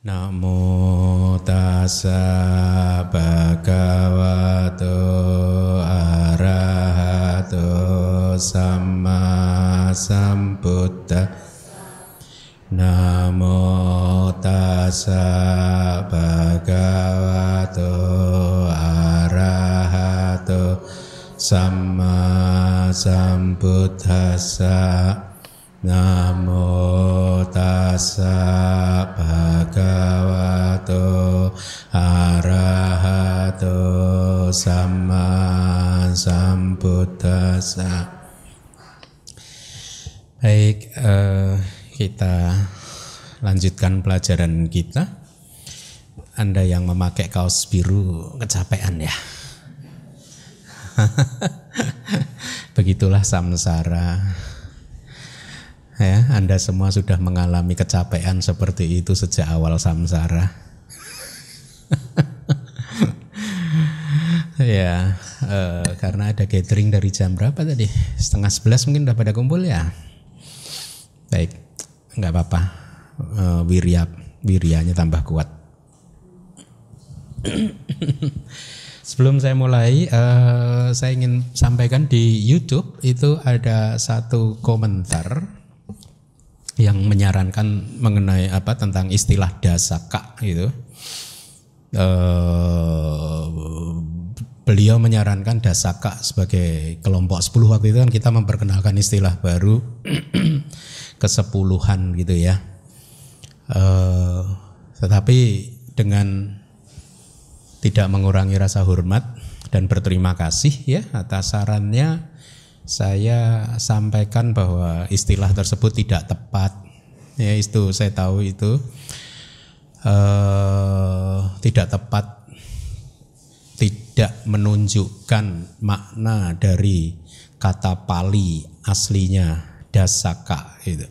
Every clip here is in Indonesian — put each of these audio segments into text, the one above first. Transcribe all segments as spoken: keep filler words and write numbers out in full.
Namo tassa bhagavato arahato samma sambuddhassa. Namo tassa bhagavato arahato samma sambuddhassa. Namo tassa bhagavato arahato samma sambuddhassa. Baik, eh, kita lanjutkan pelajaran kita. Anda yang memakai kaos biru kecapean ya. Begitulah samsara. Ya, Anda semua sudah mengalami kecapean seperti itu sejak awal samsara. Ya, eh, karena ada gathering dari jam berapa tadi? Setengah sebelas mungkin udah pada kumpul ya. Baik, nggak apa-apa. Eh, wirya, wiryanya tambah kuat. Sebelum saya mulai, eh, saya ingin sampaikan di YouTube itu ada satu komentar yang menyarankan mengenai apa tentang istilah dasaka itu. Eh, beliau menyarankan dasaka sebagai kelompok sepuluh. Waktu itu kan kita memperkenalkan istilah baru kesepuluhan gitu ya. Eh, tetapi dengan tidak mengurangi rasa hormat dan berterima kasih ya atas sarannya, saya sampaikan bahwa istilah tersebut tidak tepat. Ya, itu saya tahu itu uh, tidak tepat, tidak menunjukkan makna dari kata Pali aslinya dasaka itu.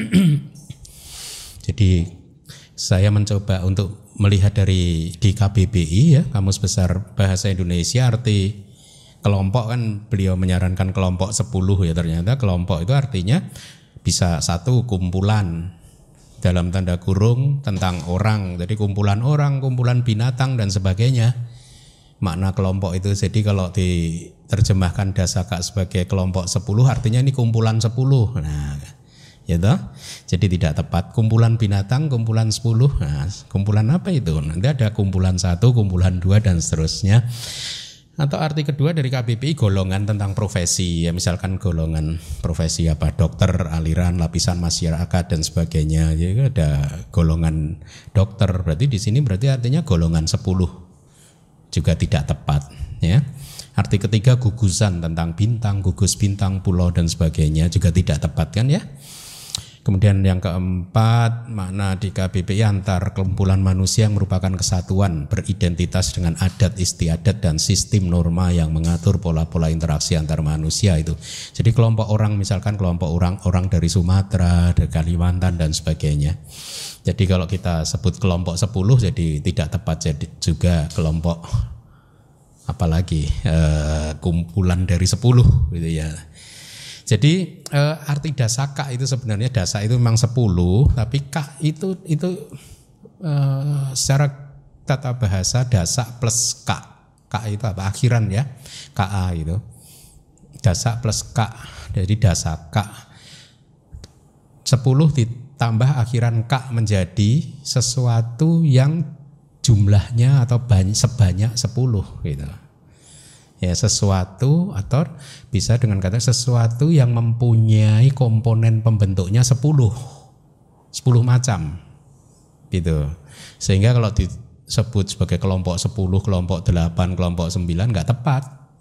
Jadi saya mencoba untuk melihat dari di K B B I ya, Kamus Besar Bahasa Indonesia, arti kelompok kan beliau menyarankan kelompok sepuluh ya, ternyata kelompok itu artinya bisa satu kumpulan dalam tanda kurung tentang orang, jadi kumpulan orang, kumpulan binatang dan sebagainya. Makna kelompok itu, jadi kalau diterjemahkan dasaka sebagai kelompok sepuluh artinya ini kumpulan sepuluh. Nah, ya toh? Jadi tidak tepat. Kumpulan binatang, kumpulan sepuluh. Nah, kumpulan apa itu? Nanti ada kumpulan satu, kumpulan dua dan seterusnya. Atau arti kedua dari K B B I golongan tentang profesi ya, misalkan golongan profesi apa, dokter, aliran, lapisan masyarakat dan sebagainya. Jadi ada golongan dokter, berarti di sini berarti artinya golongan sepuluh, juga tidak tepat ya. Arti ketiga gugusan tentang bintang, gugus bintang, pulau dan sebagainya, juga tidak tepat kan ya. Kemudian yang keempat, makna di K B B I antar kumpulan manusia yang merupakan kesatuan beridentitas dengan adat istiadat dan sistem norma yang mengatur pola-pola interaksi antar manusia itu. Jadi kelompok orang, misalkan kelompok orang-orang dari Sumatera, dari Kalimantan dan sebagainya. Jadi kalau kita sebut kelompok sepuluh jadi tidak tepat, jadi juga kelompok apalagi eh, kumpulan dari sepuluh gitu ya. Jadi eh, arti dasaka itu sebenarnya dasa itu memang sepuluh, tapi ka itu itu eh, secara tata bahasa dasa plus ka. Ka itu apa? Akhiran ya. Ka itu. Dasa plus ka. Jadi dasaka. sepuluh ditambah akhiran ka menjadi sesuatu yang jumlahnya atau banyak, sebanyak sepuluh gitu. Ya, sesuatu atau bisa dengan kata sesuatu yang mempunyai komponen pembentuknya sepuluh sepuluh macam gitu. Sehingga kalau disebut sebagai kelompok sepuluh, kelompok delapan, kelompok sembilan enggak tepat.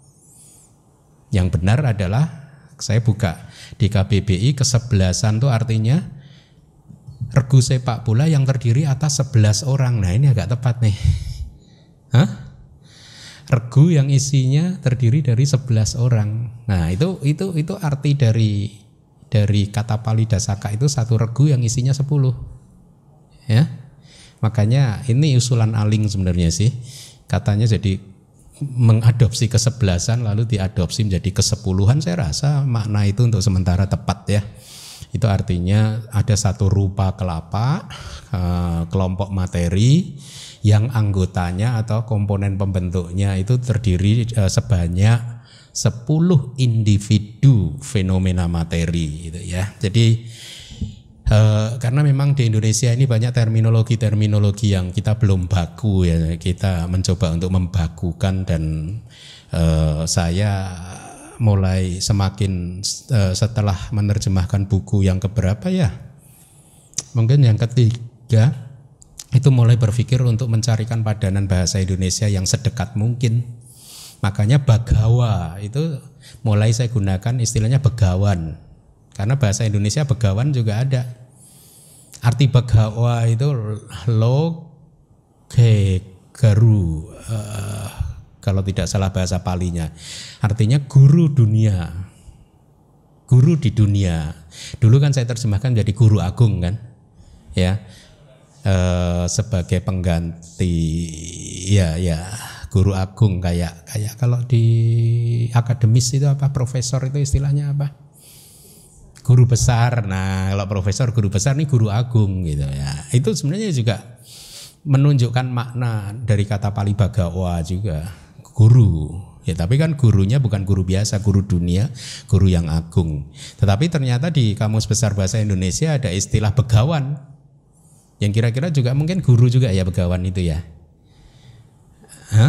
Yang benar adalah saya buka di K B B I kesebelasan itu artinya regu sepak bola yang terdiri atas sebelas orang. Nah, ini agak tepat nih. Hah? Regu yang isinya terdiri dari sebelas orang. Nah, itu itu itu arti dari dari kata Pali dasaka itu satu regu yang isinya sepuluh. Ya. Makanya ini usulan Aling sebenarnya sih. Katanya jadi mengadopsi kesebelasan lalu diadopsi menjadi kesepuluhan. Saya rasa makna itu untuk sementara tepat ya. Itu artinya ada satu rupa kelapa, eh, kelompok materi yang anggotanya atau komponen pembentuknya itu terdiri eh, sebanyak sepuluh individu fenomena materi gitu ya. Jadi Uh, karena memang di Indonesia ini banyak terminologi-terminologi yang kita belum baku ya, kita mencoba untuk membakukan dan uh, saya mulai semakin uh, setelah menerjemahkan buku yang keberapa ya, mungkin yang ketiga itu mulai berpikir untuk mencarikan padanan bahasa Indonesia yang sedekat mungkin. Makanya bagawa itu mulai saya gunakan istilahnya begawan. Karena bahasa Indonesia begawan juga ada. Arti bagawa itu lo ke garu uh, kalau tidak salah bahasa Palinya. Artinya guru dunia. Guru di dunia. Dulu kan saya terjemahkan jadi guru agung kan. Ya. Uh, sebagai pengganti ya ya guru agung kayak kayak kalau di akademis itu apa profesor itu istilahnya apa? Guru besar. Nah, kalau profesor guru besar nih guru agung gitu ya. Itu sebenarnya juga menunjukkan makna dari kata Pali bagawa juga, guru. Ya, tapi kan gurunya bukan guru biasa, guru dunia, guru yang agung. Tetapi ternyata di Kamus Besar Bahasa Indonesia ada istilah begawan. Yang kira-kira juga mungkin guru juga ya begawan itu ya. Hah?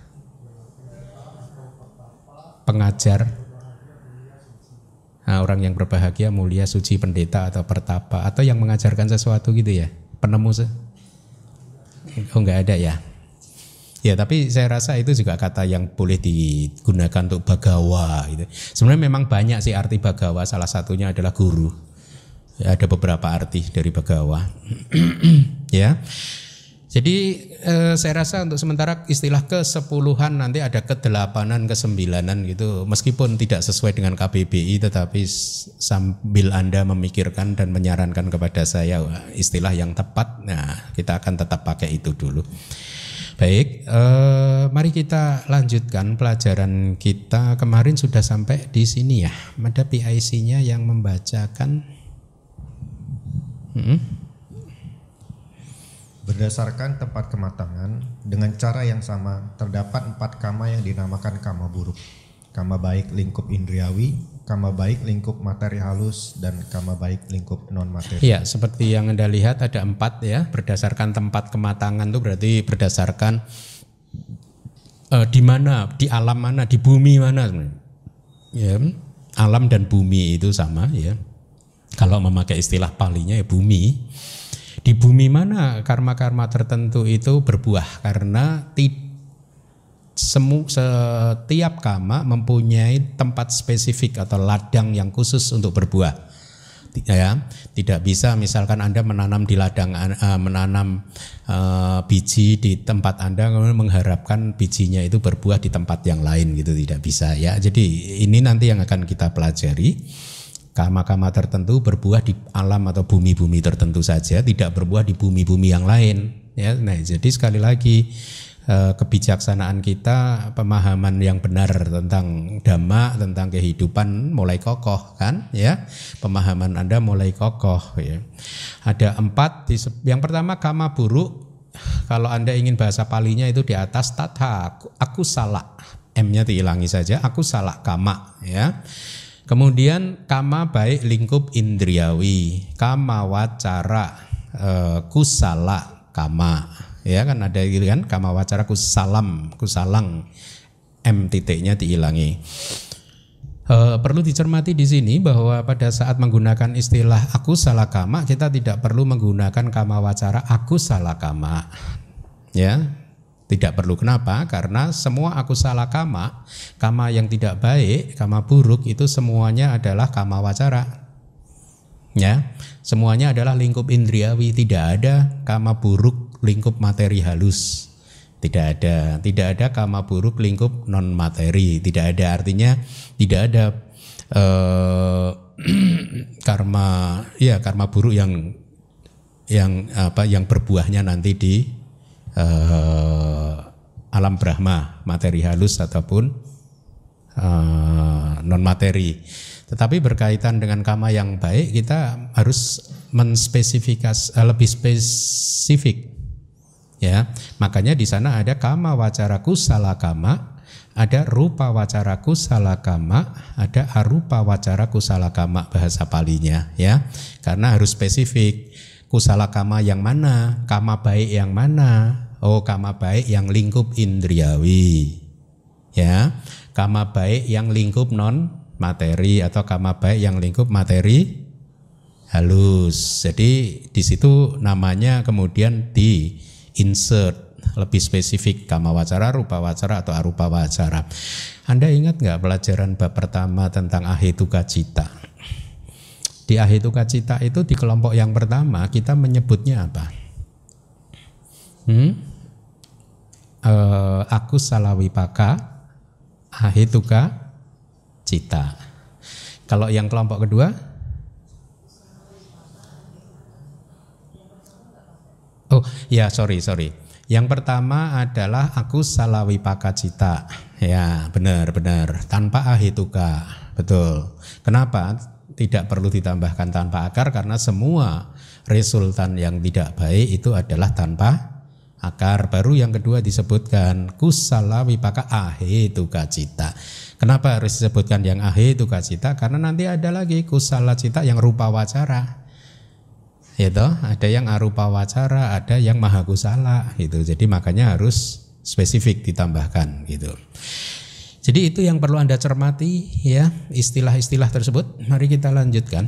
Pengajar. Nah, orang yang berbahagia, mulia, suci, pendeta atau pertapa atau yang mengajarkan sesuatu gitu ya, penemu se- oh nggak ada ya. Ya tapi saya rasa itu juga kata yang boleh digunakan untuk bagawa gitu. Sebenarnya memang banyak sih arti bagawa, salah satunya adalah guru. Ya, ada beberapa arti dari bagawa. Ya. Jadi eh, saya rasa untuk sementara istilah kesepuluhan nanti ada kedelapanan, kesembilanan gitu. Meskipun tidak sesuai dengan K B B I, tetapi sambil Anda memikirkan dan menyarankan kepada saya wah, istilah yang tepat, nah kita akan tetap pakai itu dulu. Baik, eh, mari kita lanjutkan pelajaran kita. Kemarin sudah sampai di sini ya. Ada P I C-nya yang membacakan. Hmm. Berdasarkan tempat kematangan, dengan cara yang sama, terdapat empat kama yang dinamakan kama buruk. Kama baik lingkup indriawi, kama baik lingkup materi halus, dan kama baik lingkup non-materi. Ya, seperti yang Anda lihat ada empat ya, berdasarkan tempat kematangan itu berarti berdasarkan uh, di mana, di alam mana, di bumi mana. Ya, alam dan bumi itu sama ya. Kalau memakai istilah Palinya ya bumi. Di bumi mana karma-karma tertentu itu berbuah karena ti, semu, setiap kama mempunyai tempat spesifik atau ladang yang khusus untuk berbuah. Ya, tidak bisa misalkan Anda menanam di ladang uh, menanam uh, biji di tempat Anda kemudian mengharapkan bijinya itu berbuah di tempat yang lain gitu, tidak bisa ya. Jadi ini nanti yang akan kita pelajari. Kama-kama tertentu berbuah di alam atau bumi-bumi tertentu saja, tidak berbuah di bumi-bumi yang lain. Ya, nah jadi sekali lagi eh, kebijaksanaan kita, pemahaman yang benar tentang dhamma, tentang kehidupan mulai kokoh kan? Ya, pemahaman Anda mulai kokoh. Ya. Ada empat. Yang pertama kama buruk. Kalau Anda ingin bahasa Palinya itu di atas tatha, aku salah. M-nya dihilangi saja. Aku salah kama. Ya. Kemudian kama baik lingkup indriawi, kama wacara eh, kusala kama, ya kan ada gitu kan, kama wacara kusalam, kusalang, m titiknya dihilangi. Eh, perlu dicermati di sini bahwa pada saat menggunakan istilah aku salah kama, kita tidak perlu menggunakan kama wacara aku salah kama, ya. Tidak perlu, kenapa? Karena semua aku salah kama, kama yang tidak baik, kama buruk itu semuanya adalah kama wacara. Ya, semuanya adalah lingkup indriawi, tidak ada kama buruk lingkup materi halus. Tidak ada, tidak ada kama buruk lingkup non materi, tidak ada, artinya tidak ada eh, karma ya karma buruk yang yang apa yang berbuahnya nanti di Uh, alam Brahma, materi halus ataupun uh, non materi. Tetapi berkaitan dengan kama yang baik kita harus menspesifikasi uh, lebih spesifik. Ya, makanya di sana ada kama wacara kusala kama, ada rupa wacara kusala kama, ada arupa wacara kusala kama bahasa Palinya, ya. Karena harus spesifik. Kusala kama yang mana? Kama baik yang mana? Oh, kama baik yang lingkup indriawi. Ya. Kama baik yang lingkup non materi atau kama baik yang lingkup materi halus. Jadi di situ namanya kemudian di insert lebih spesifik kama wacara, rupa wacara atau arupa wacara. Anda ingat nggak pelajaran bab pertama tentang ahetuka cita? Di ahetuka cita itu di kelompok yang pertama kita menyebutnya apa? Hmm? E, aku salawipaka ahetuka cita. Kalau yang kelompok kedua? Oh ya sorry sorry. Yang pertama adalah aku salawipaka cita. Ya benar benar. Tanpa ahetuka. Betul. Kenapa? Tidak perlu ditambahkan tanpa akar karena semua resultan yang tidak baik itu adalah tanpa akar. Baru yang kedua disebutkan kusalawipaka ahetuka cita. Kenapa harus disebutkan yang ahetuka cita? Karena nanti ada lagi kusala cita yang rupa wacara. Gitu, ada yang arupa wacara, ada yang maha kusala gitu. Jadi makanya harus spesifik ditambahkan gitu. Jadi itu yang perlu Anda cermati ya, istilah-istilah tersebut. Mari kita lanjutkan.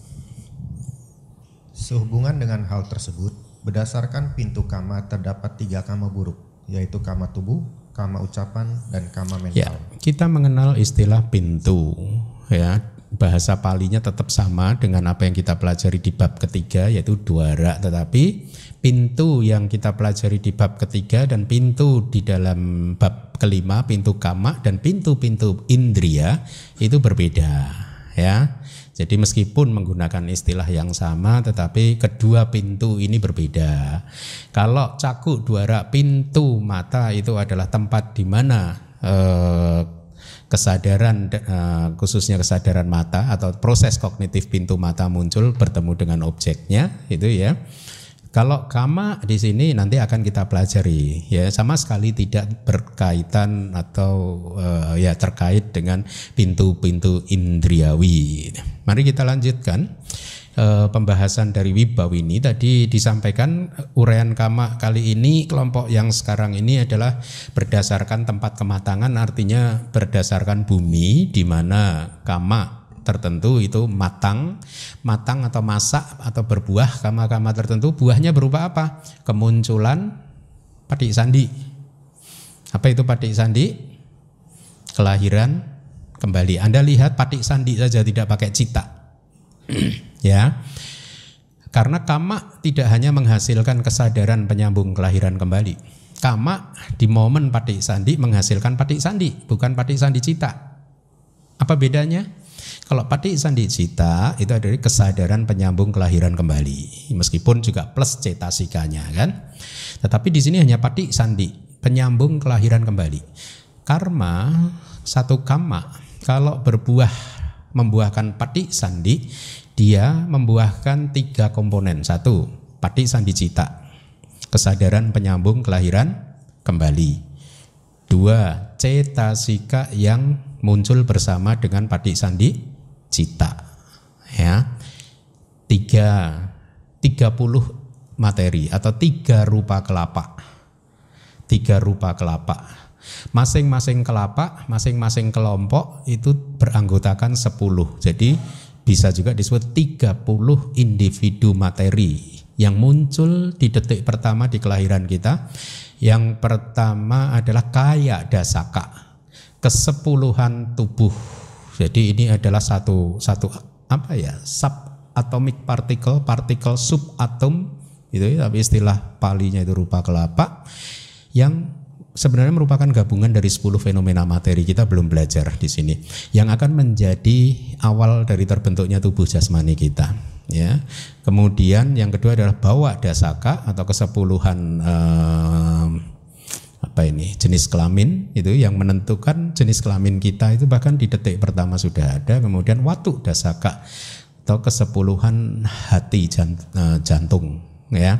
Sehubungan dengan hal tersebut, berdasarkan pintu kama terdapat tiga kama buruk, yaitu kama tubuh, kama ucapan, dan kama mental. Ya, kita mengenal istilah pintu ya. Bahasa Palinya tetap sama dengan apa yang kita pelajari di bab ketiga yaitu dwara, tetapi pintu yang kita pelajari di bab ketiga dan pintu di dalam bab kelima, pintu kama dan pintu-pintu indria itu berbeda ya. Jadi meskipun menggunakan istilah yang sama tetapi kedua pintu ini berbeda. Kalau caku dwara, pintu mata itu adalah tempat di mana eh, kesadaran khususnya kesadaran mata atau proses kognitif pintu mata muncul bertemu dengan objeknya itu ya. Kalau kama di sini nanti akan kita pelajari ya, sama sekali tidak berkaitan atau uh, ya terkait dengan pintu-pintu indriawi. Mari kita lanjutkan uh, pembahasan dari Wibawini. Tadi disampaikan uraian kama kali ini kelompok yang sekarang ini adalah berdasarkan tempat kematangan, artinya berdasarkan bumi di mana kama tertentu itu matang, matang atau masak atau berbuah. Kama-kama tertentu buahnya berupa apa? Kemunculan patik sandi. Apa itu patik sandi? Kelahiran kembali. Anda lihat patik sandi saja tidak pakai cita. Ya. Karena kama tidak hanya menghasilkan kesadaran penyambung kelahiran kembali. Kama di momen patik sandi menghasilkan patik sandi, bukan patik sandi cita. Apa bedanya? Kalau patik sandi cita itu adalah kesadaran penyambung kelahiran kembali, meskipun juga plus cetasikanya kan. Tetapi di sini hanya patik sandi, penyambung kelahiran kembali. Karma satu kama kalau berbuah membuahkan patik sandi, dia membuahkan tiga komponen. Satu, patik sandi cita, kesadaran penyambung kelahiran kembali. Dua, cetasika yang muncul bersama dengan patik sandi cita. Ya. Tiga, tiga puluh materi atau tiga rupa kelapa. Tiga rupa kelapa. Masing-masing kelapa, masing-masing kelompok itu beranggotakan sepuluh. Jadi bisa juga disebut tiga puluh individu materi yang muncul di detik pertama di kelahiran kita. Yang pertama adalah kaya dasaka, kesepuluhan tubuh. Jadi ini adalah satu satu apa ya, subatomic particle, partikel subatom itu ya, tapi istilah Palinya itu rupa kelapa yang sebenarnya merupakan gabungan dari sepuluh fenomena materi. Kita belum belajar di sini yang akan menjadi awal dari terbentuknya tubuh jasmani kita ya. Kemudian yang kedua adalah bawa dasaka atau kesepuluhan eh, apa ini jenis kelamin itu yang menentukan jenis kelamin kita itu bahkan di detik pertama sudah ada. Kemudian watu dasaka atau kesepuluhan hati jantung ya.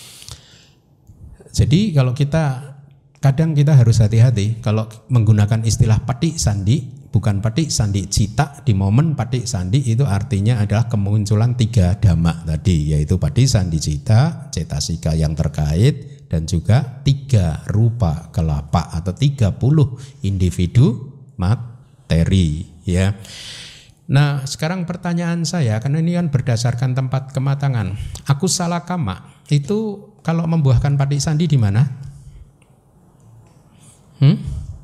Jadi kalau kita kadang kita harus hati-hati kalau menggunakan istilah patik sandi, bukan patik sandi cita. Di momen patik sandi itu artinya adalah kemunculan tiga dhamma tadi, yaitu patik sandi cita, cetasika yang terkait, dan juga tiga rupa kelapa atau tiga puluh individu materi ya. Nah sekarang pertanyaan saya, karena ini kan berdasarkan tempat kematangan, akusala kama itu kalau membuahkan patik sandi di mana? Hmm?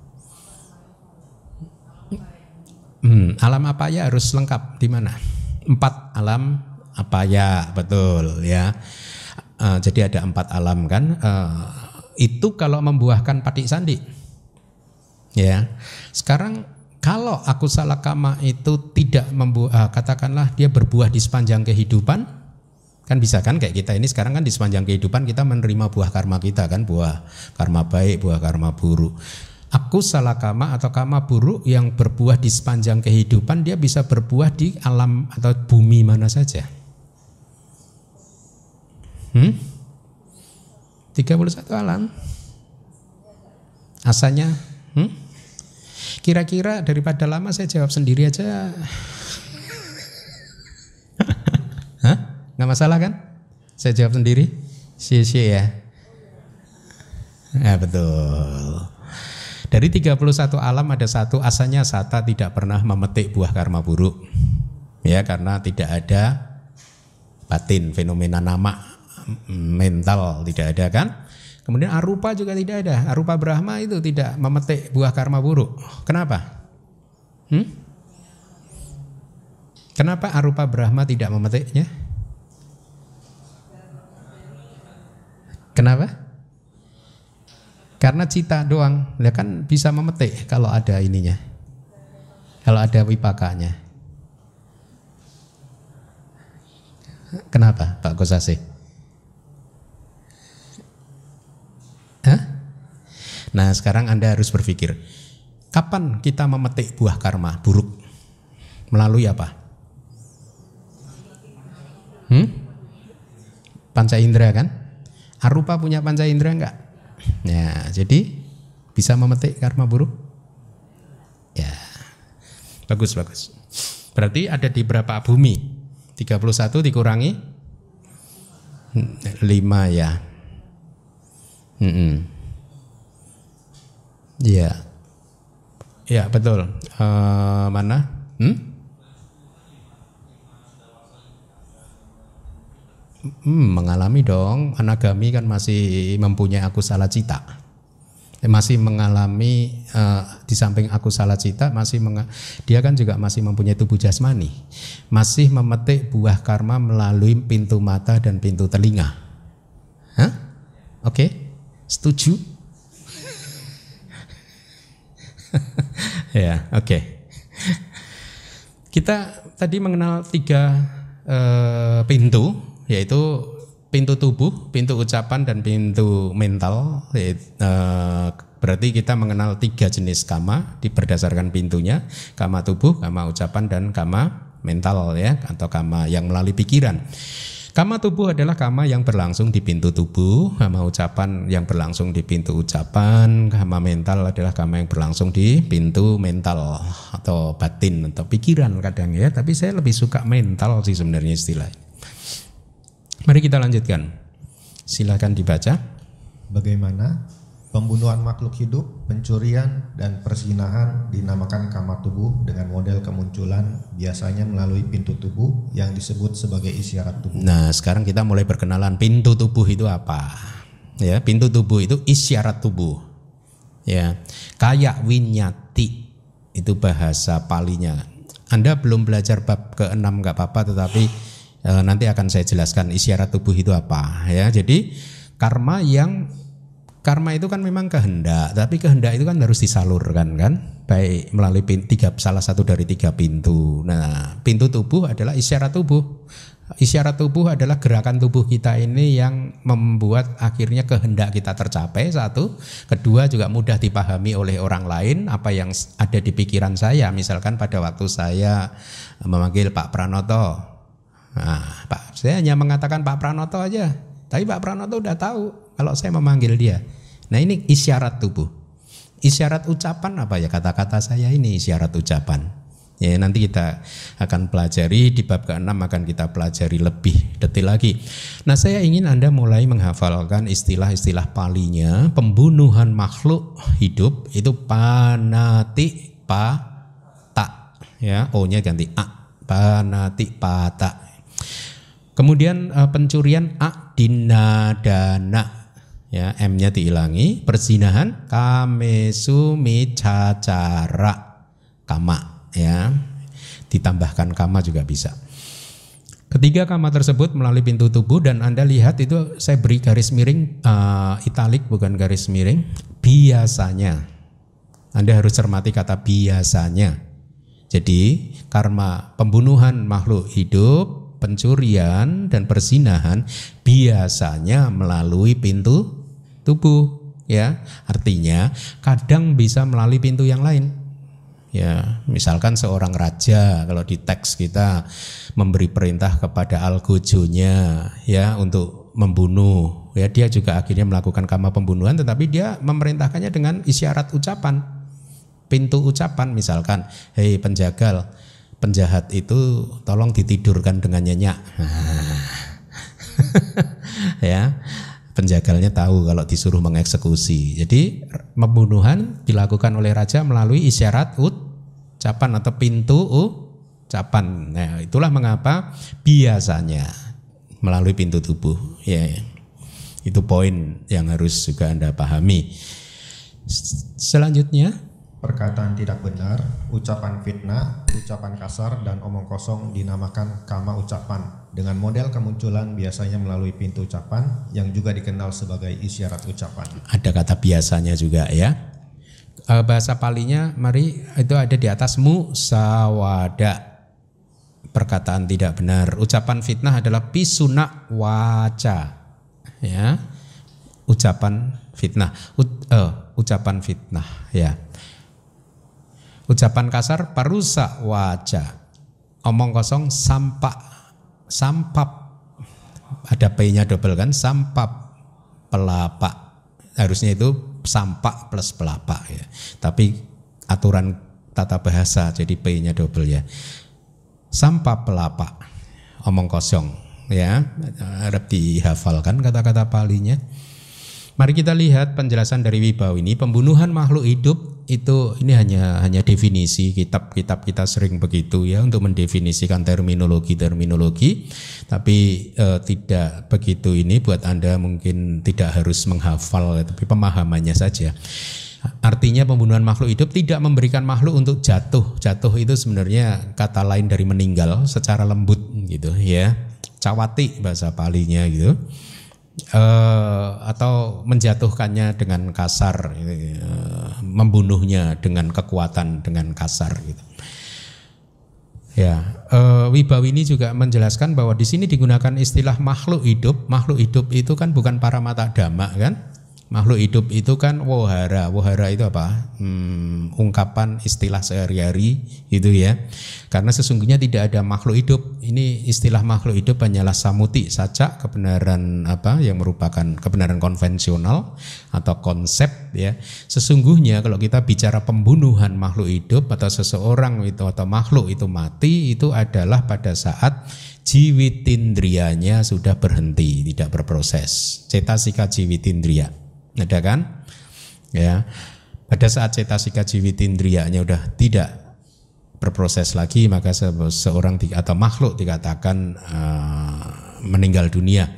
Hmm, alam apaya harus lengkap di mana? Empat alam apaya, betul ya. Uh, jadi ada empat alam kan. Uh, itu kalau membuahkan patik sandi. Ya. Sekarang kalau akusala kama itu tidak membuah, uh, katakanlah dia berbuah di sepanjang kehidupan, kan bisa kan kayak kita ini sekarang kan di sepanjang kehidupan kita menerima buah karma kita kan, buah karma baik, buah karma buruk. Akusala kama atau kama buruk yang berbuah di sepanjang kehidupan dia bisa berbuah di alam atau bumi mana saja. Hmm? tiga puluh satu alam. Asalnya hmm? Kira-kira daripada lama saya jawab sendiri aja. Hah? Nggak masalah kan? Saya jawab sendiri. Sia-sia ya. Ya betul. Dari tiga puluh satu alam ada satu asalnya sata tidak pernah memetik buah karma buruk. Ya karena tidak ada batin, fenomena nama mental tidak ada kan. Kemudian arupa juga tidak ada. Arupa Brahma itu tidak memetik buah karma buruk. Kenapa? Hmm? Kenapa arupa Brahma tidak memetiknya? Kenapa? Karena cita doang, ya kan bisa memetik kalau ada ininya, kalau ada wipakanya. Kenapa, Pak Gosase? Hah? Nah, sekarang Anda harus berpikir, kapan kita memetik buah karma buruk? Melalui apa? Hmm? Panca indera kan? Arupa punya panca indera enggak? Ya, jadi bisa memetik karma buruk? Ya. Bagus, bagus. Berarti ada di berapa bumi? tiga puluh satu dikurangi lima ya. Hmm. Ya. Ya, betul. Uh, mana? Hmm? Hmm, mengalami dong. Anagami kan masih mempunyai akusala cita, masih mengalami uh, di samping akusala cita masih menga- dia kan juga masih mempunyai tubuh jasmani, masih memetik buah karma melalui pintu mata dan pintu telinga. Hah? Oke, okay. Setuju? Ya, oke. Okay. Kita tadi mengenal tiga uh, pintu, yaitu pintu tubuh, pintu ucapan, dan pintu mental. Berarti kita mengenal tiga jenis kama di berdasarkan pintunya: kama tubuh, kama ucapan, dan kama mental ya, atau kama yang melalui pikiran. Kama tubuh adalah kama yang berlangsung di pintu tubuh, kama ucapan yang berlangsung di pintu ucapan, kama mental adalah kama yang berlangsung di pintu mental atau batin atau pikiran kadang ya, tapi saya lebih suka mental sih sebenarnya istilahnya. Mari kita lanjutkan. Silakan dibaca. Bagaimana pembunuhan makhluk hidup, pencurian, dan perzinahan dinamakan kama tubuh dengan model kemunculan biasanya melalui pintu tubuh yang disebut sebagai isyarat tubuh. Nah, sekarang kita mulai berkenalan pintu tubuh itu apa? Ya, pintu tubuh itu isyarat tubuh. Ya, kayak winyati itu bahasa Palinya. Anda belum belajar bab keenam nggak apa-apa, tetapi nanti akan saya jelaskan isyarat tubuh itu apa ya. Jadi karma yang karma itu kan memang kehendak, tapi kehendak itu kan harus disalurkan kan, baik melalui pin, tiga, salah satu dari tiga pintu. Nah, pintu tubuh adalah isyarat tubuh. Isyarat tubuh adalah gerakan tubuh kita ini yang membuat akhirnya kehendak kita tercapai, satu. Kedua, juga mudah dipahami oleh orang lain apa yang ada di pikiran saya. Misalkan pada waktu saya memanggil Pak Pranoto, nah, Pak, saya hanya mengatakan Pak Pranoto aja, tapi Pak Pranoto udah tahu kalau saya memanggil dia. Nah, ini isyarat tubuh. Isyarat ucapan apa ya, kata-kata saya ini isyarat ucapan. Ya, nanti kita akan pelajari di bab keenam, akan kita pelajari lebih detail lagi. Nah, saya ingin Anda mulai menghafalkan istilah-istilah palinya. Pembunuhan makhluk hidup itu panati pata, ya, O-nya ganti a, panati pata. Kemudian pencurian adinadana, ya, M-nya dihilangi. Perzinahan kamesumicacara, kama, ya, ditambahkan kama juga bisa. Ketiga kama tersebut melalui pintu tubuh, dan Anda lihat itu saya beri garis miring uh, italik, bukan garis miring. Biasanya Anda harus cermati kata biasanya. Jadi karma pembunuhan makhluk hidup, pencurian dan perzinahan biasanya melalui pintu tubuh, ya. Artinya kadang bisa melalui pintu yang lain. Ya, misalkan seorang raja, kalau di teks kita memberi perintah kepada algojonya, ya, untuk membunuh, ya, dia juga akhirnya melakukan kama pembunuhan, tetapi dia memerintahkannya dengan isyarat ucapan, pintu ucapan. Misalkan, hei penjagal, penjahat itu tolong ditidurkan dengan nyenyak. Ya, penjagalnya tahu kalau disuruh mengeksekusi. Jadi pembunuhan dilakukan oleh raja melalui isyarat ucapan atau pintu ucapan. Nah, itulah mengapa biasanya melalui pintu tubuh. Ya, itu poin yang harus juga Anda pahami. Selanjutnya, perkataan tidak benar, ucapan fitnah, ucapan kasar, dan omong kosong dinamakan kama ucapan. Dengan model kemunculan biasanya melalui pintu ucapan yang juga dikenal sebagai isyarat ucapan. Ada kata biasanya juga, ya. Bahasa palinya, mari, itu ada di atas musawada, perkataan tidak benar. Ucapan fitnah adalah pisuna waca, ya. Ucapan fitnah, Ut, uh, ucapan fitnah, ya. Ucapan kasar parusa waca, omong kosong sampak, sampap, ada p-nya double kan, sampap pelapa, harusnya itu sampak plus pelapa, ya. Tapi aturan tata bahasa jadi p-nya double, ya. Sampap pelapa, omong kosong, ya. Harap dihafalkan kata-kata palinya. Mari kita lihat penjelasan dari Wibawa ini. Pembunuhan makhluk hidup itu, ini hanya hanya definisi, kitab-kitab kita sering begitu, ya, untuk mendefinisikan terminologi-terminologi, tapi eh, tidak begitu ini buat Anda, mungkin tidak harus menghafal, tapi pemahamannya saja. Artinya pembunuhan makhluk hidup tidak memberikan makhluk untuk jatuh. Jatuh itu sebenarnya kata lain dari meninggal secara lembut gitu, ya. Cawati bahasa palinya gitu. Uh, atau menjatuhkannya dengan kasar, uh, membunuhnya dengan kekuatan, dengan kasar gitu. Ya, uh, Wibawa ini juga menjelaskan bahwa di sini digunakan istilah makhluk hidup. Makhluk hidup itu kan bukan para mata dhamma kan? Makhluk hidup itu kan wohara. Wohara itu apa? Hmm, ungkapan istilah sehari-hari gitu, ya. Karena sesungguhnya tidak ada makhluk hidup. Ini istilah makhluk hidup hanyalah samuti saja, kebenaran apa yang merupakan kebenaran konvensional atau konsep, ya. Sesungguhnya kalau kita bicara pembunuhan makhluk hidup atau seseorang itu atau makhluk itu mati, itu adalah pada saat jiwitindriyanya sudah berhenti, tidak berproses. Cetasika jiwitindriya. Ada kan? Ya. Pada saat cetasika jiwitindriyanya udah tidak berproses lagi, maka seorang atau makhluk dikatakan uh, meninggal dunia.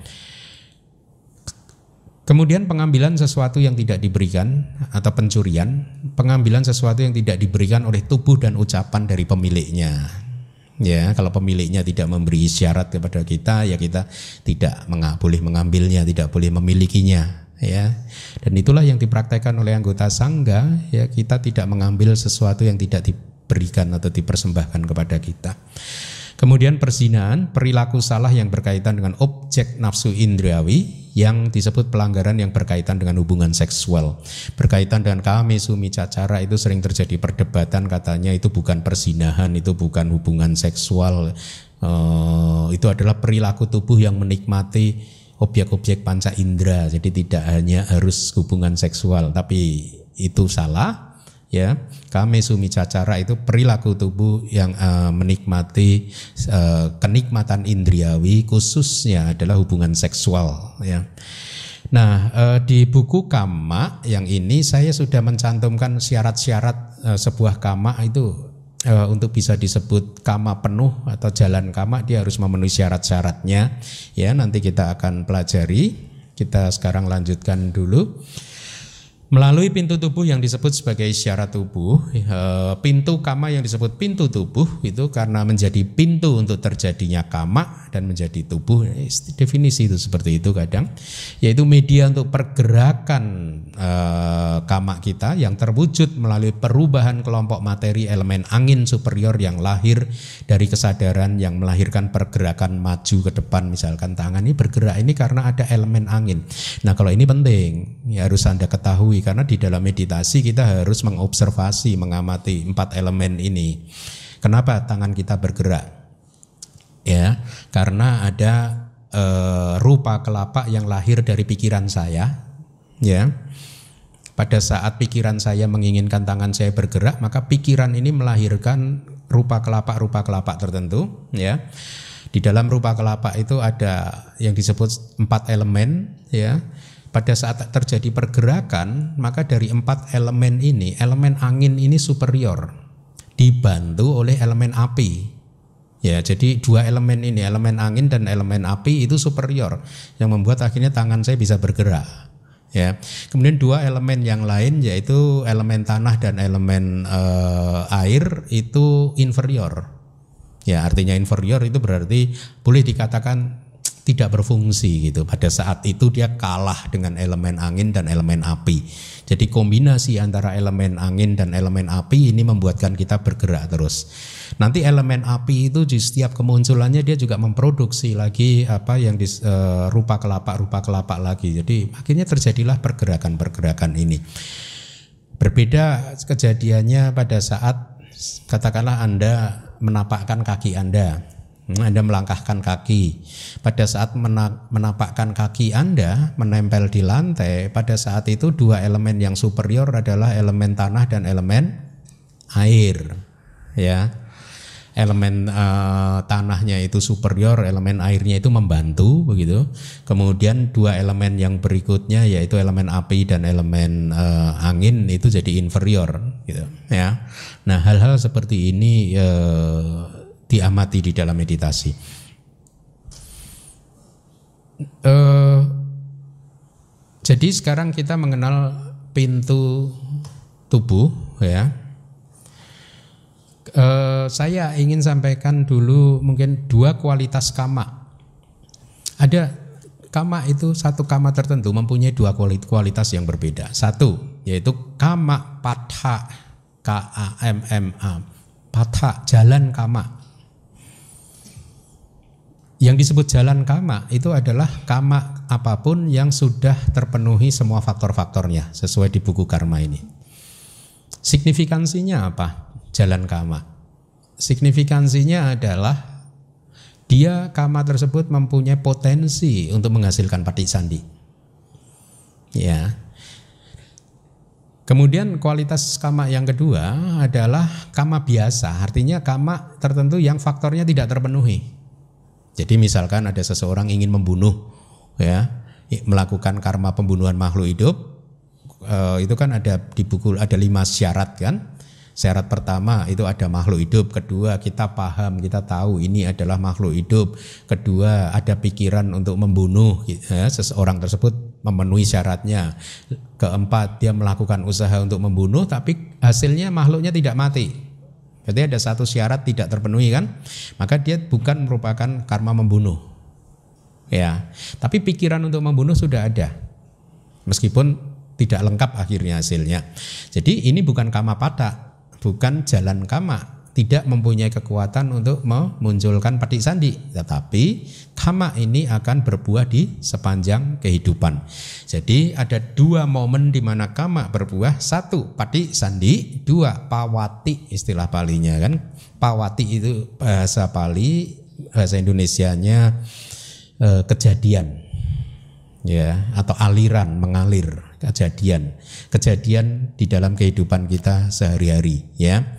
Kemudian pengambilan sesuatu yang tidak diberikan atau pencurian, pengambilan sesuatu yang tidak diberikan oleh tubuh dan ucapan dari pemiliknya. Ya, kalau pemiliknya tidak memberi isyarat kepada kita, ya kita tidak boleh mengambilnya, tidak boleh memilikinya. ya. Dan itulah yang dipraktekkan oleh anggota sangga, ya, kita tidak mengambil sesuatu yang tidak diberikan atau dipersembahkan kepada kita. Kemudian perzinahan, perilaku salah yang berkaitan dengan objek nafsu indrawi yang disebut pelanggaran yang berkaitan dengan hubungan seksual. Berkaitan dengan kame, sumi, cacara itu sering terjadi perdebatan, katanya itu bukan perzinahan, itu bukan hubungan seksual. Uh, itu adalah perilaku tubuh yang menikmati objek-objek panca indera. Jadi tidak hanya harus hubungan seksual, tapi itu salah. Ya, kame sumi cacara itu perilaku tubuh yang uh, menikmati uh, kenikmatan indriawi, khususnya adalah hubungan seksual, ya. Nah, uh, di buku Kama yang ini saya sudah mencantumkan syarat-syarat uh, sebuah kama itu uh, untuk bisa disebut kama penuh atau jalan kama, dia harus memenuhi syarat-syaratnya. Ya, nanti kita akan pelajari. Kita sekarang lanjutkan dulu. Melalui pintu tubuh yang disebut sebagai syarat tubuh, pintu kama yang disebut pintu tubuh itu karena menjadi pintu untuk terjadinya kama dan menjadi tubuh. Definisi itu seperti itu kadang, yaitu media untuk pergerakan eh, kama kita yang terwujud melalui perubahan kelompok materi elemen angin superior yang lahir dari kesadaran yang melahirkan pergerakan maju ke depan. Misalkan tangan ini bergerak ini karena ada elemen angin. Nah, kalau ini penting, ya harus Anda ketahui. Karena di dalam meditasi kita harus mengobservasi, mengamati empat elemen ini. Kenapa tangan kita bergerak? Ya, karena ada e, rupa kelapa yang lahir dari pikiran saya. Ya, pada saat pikiran saya menginginkan tangan saya bergerak, maka pikiran ini melahirkan rupa kelapa-rupa kelapa tertentu. Ya, di dalam rupa kelapa itu ada yang disebut empat elemen. Ya. Pada saat terjadi pergerakan, maka dari empat elemen ini, elemen angin ini superior, dibantu oleh elemen api. Ya, jadi dua elemen ini, elemen angin dan elemen api itu superior, yang membuat akhirnya tangan saya bisa bergerak. Ya, kemudian dua elemen yang lain yaitu elemen tanah dan elemen uh, air itu inferior. Ya, artinya inferior itu berarti boleh dikatakan tidak berfungsi gitu. Pada saat itu dia kalah dengan elemen angin dan elemen api. Jadi kombinasi antara elemen angin dan elemen api ini membuatkan kita bergerak terus. Nanti elemen api itu di setiap kemunculannya dia juga memproduksi lagi apa yang di, uh, rupa kelapa rupa kelapa lagi. Jadi akhirnya terjadilah pergerakan-pergerakan ini. Berbeda kejadiannya pada saat katakanlah Anda menapakkan kaki Anda. Anda melangkahkan kaki. Pada saat menapakkan kaki Anda menempel di lantai, pada saat itu dua elemen yang superior adalah elemen tanah dan elemen air. Ya, elemen uh, tanahnya itu superior, elemen airnya itu membantu, begitu. Kemudian dua elemen yang berikutnya yaitu elemen api dan elemen uh, angin itu jadi inferior, gitu. Ya. Nah, hal-hal seperti ini Uh, diamati di dalam meditasi. Uh, jadi sekarang kita mengenal pintu tubuh, ya. Uh, saya ingin sampaikan dulu mungkin dua kualitas kama. Ada kama itu satu kama tertentu mempunyai dua kualitas yang berbeda. Satu yaitu kama patha, K A M M A, patha jalan kama. Yang disebut jalan kama itu adalah kama apapun yang sudah terpenuhi semua faktor-faktornya sesuai di buku karma ini. Signifikansinya apa? Jalan kama. Signifikansinya adalah dia kama tersebut mempunyai potensi untuk menghasilkan paticandi. Ya. Kemudian kualitas kama yang kedua adalah kama biasa, artinya kama tertentu yang faktornya tidak terpenuhi. Jadi misalkan ada seseorang ingin membunuh, ya, melakukan karma pembunuhan makhluk hidup, e, itu kan ada di buku ada lima syarat kan. Syarat pertama itu ada makhluk hidup, kedua kita paham, kita tahu ini adalah makhluk hidup, kedua ada pikiran untuk membunuh, ya, seseorang tersebut memenuhi syaratnya, keempat dia melakukan usaha untuk membunuh tapi hasilnya makhluknya tidak mati. Berarti ada satu syarat tidak terpenuhi kan, maka dia bukan merupakan karma membunuh, ya. Tapi pikiran untuk membunuh sudah ada, meskipun tidak lengkap akhirnya hasilnya. Jadi ini bukan kama pada, bukan jalan kama, tidak mempunyai kekuatan untuk memunculkan patik sandi, tetapi kama ini akan berbuah di sepanjang kehidupan. Jadi ada dua momen di mana kama berbuah, satu patik sandi, dua pawati istilah Palinya kan. Pawati itu bahasa Pali, bahasa Indonesianya eh, kejadian, ya, atau aliran, mengalir, kejadian, kejadian di dalam kehidupan kita sehari-hari, ya.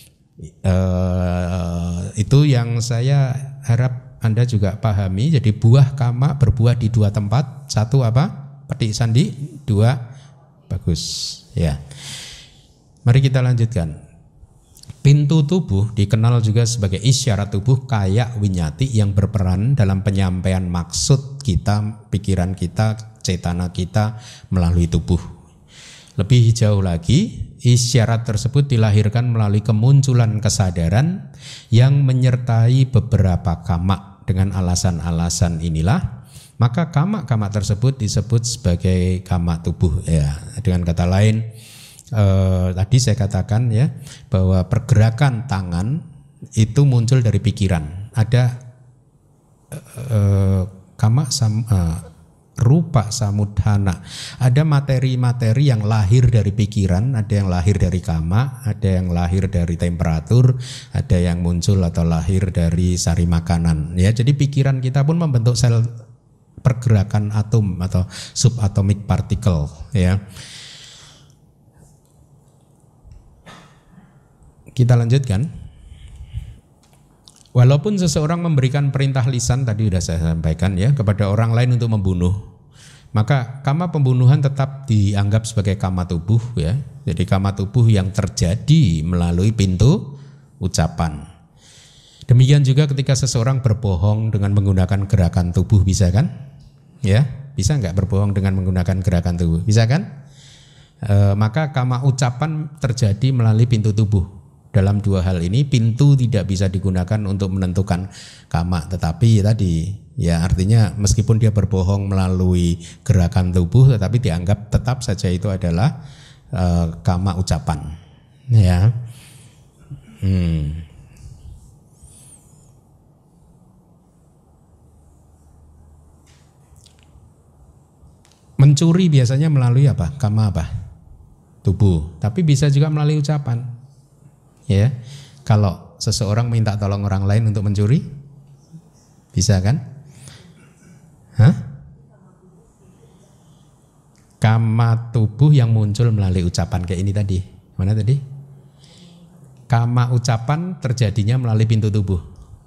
Uh, itu yang saya harap Anda juga pahami. Jadi buah kama berbuah di dua tempat. Satu apa? Patik sandi. Dua bagus. Ya. Mari kita lanjutkan. Pintu tubuh dikenal juga sebagai isyarat tubuh kaya winyati yang berperan dalam penyampaian maksud kita, pikiran kita, cetana kita melalui tubuh. Lebih jauh lagi, isyarat tersebut dilahirkan melalui kemunculan kesadaran yang menyertai beberapa kama. Dengan alasan-alasan inilah, maka kama-kama tersebut disebut sebagai kama tubuh. Ya, dengan kata lain, eh, tadi saya katakan ya bahwa pergerakan tangan itu muncul dari pikiran. Ada eh, kama sam, eh, rupa samudhana. Ada materi-materi yang lahir dari pikiran, ada yang lahir dari kama, ada yang lahir dari temperatur, ada yang muncul atau lahir dari sari makanan. Ya, jadi pikiran kita pun membentuk sel pergerakan atom atau subatomic particle, ya. Kita lanjutkan. Walaupun seseorang memberikan perintah lisan, tadi sudah saya sampaikan ya, kepada orang lain untuk membunuh, maka kama pembunuhan tetap dianggap sebagai kama tubuh ya. Jadi kama tubuh yang terjadi melalui pintu ucapan. Demikian juga ketika seseorang berbohong dengan menggunakan gerakan tubuh, bisa kan? Ya, bisa nggak berbohong dengan menggunakan gerakan tubuh? Bisa kan? E, maka kama ucapan terjadi melalui pintu tubuh. Dalam dua hal ini pintu tidak bisa digunakan untuk menentukan kama, tetapi tadi ya artinya meskipun dia berbohong melalui gerakan tubuh, tetapi dianggap tetap saja itu adalah uh, kama ucapan, ya. Hmm. Mencuri biasanya melalui apa? Kama apa? Tubuh, tapi bisa juga melalui ucapan. Ya, kalau seseorang minta tolong orang lain untuk mencuri, bisa kan? Hah? Kama tubuh yang muncul melalui ucapan kayak ini tadi. Mana tadi? Kama ucapan terjadinya melalui pintu tubuh.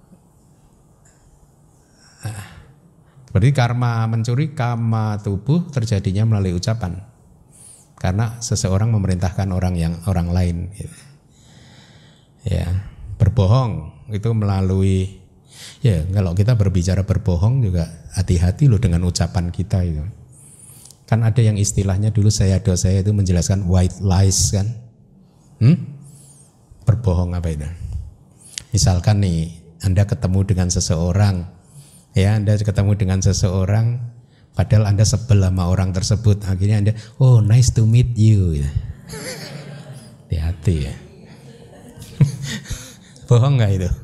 Berarti karma mencuri, kama tubuh terjadinya melalui ucapan. Karena seseorang memerintahkan orang yang orang lain. Gitu. Ya, berbohong itu melalui, ya kalau kita berbicara berbohong juga hati-hati loh dengan ucapan kita itu. Kan ada yang istilahnya dulu saya do saya itu menjelaskan white lies kan, hmm? Berbohong apa itu? Misalkan nih Anda ketemu dengan seseorang, ya Anda ketemu dengan seseorang, padahal Anda sebel sama orang tersebut, akhirnya Anda, oh nice to meet you, ya. Hati-hati ya. Bohong nggak itu?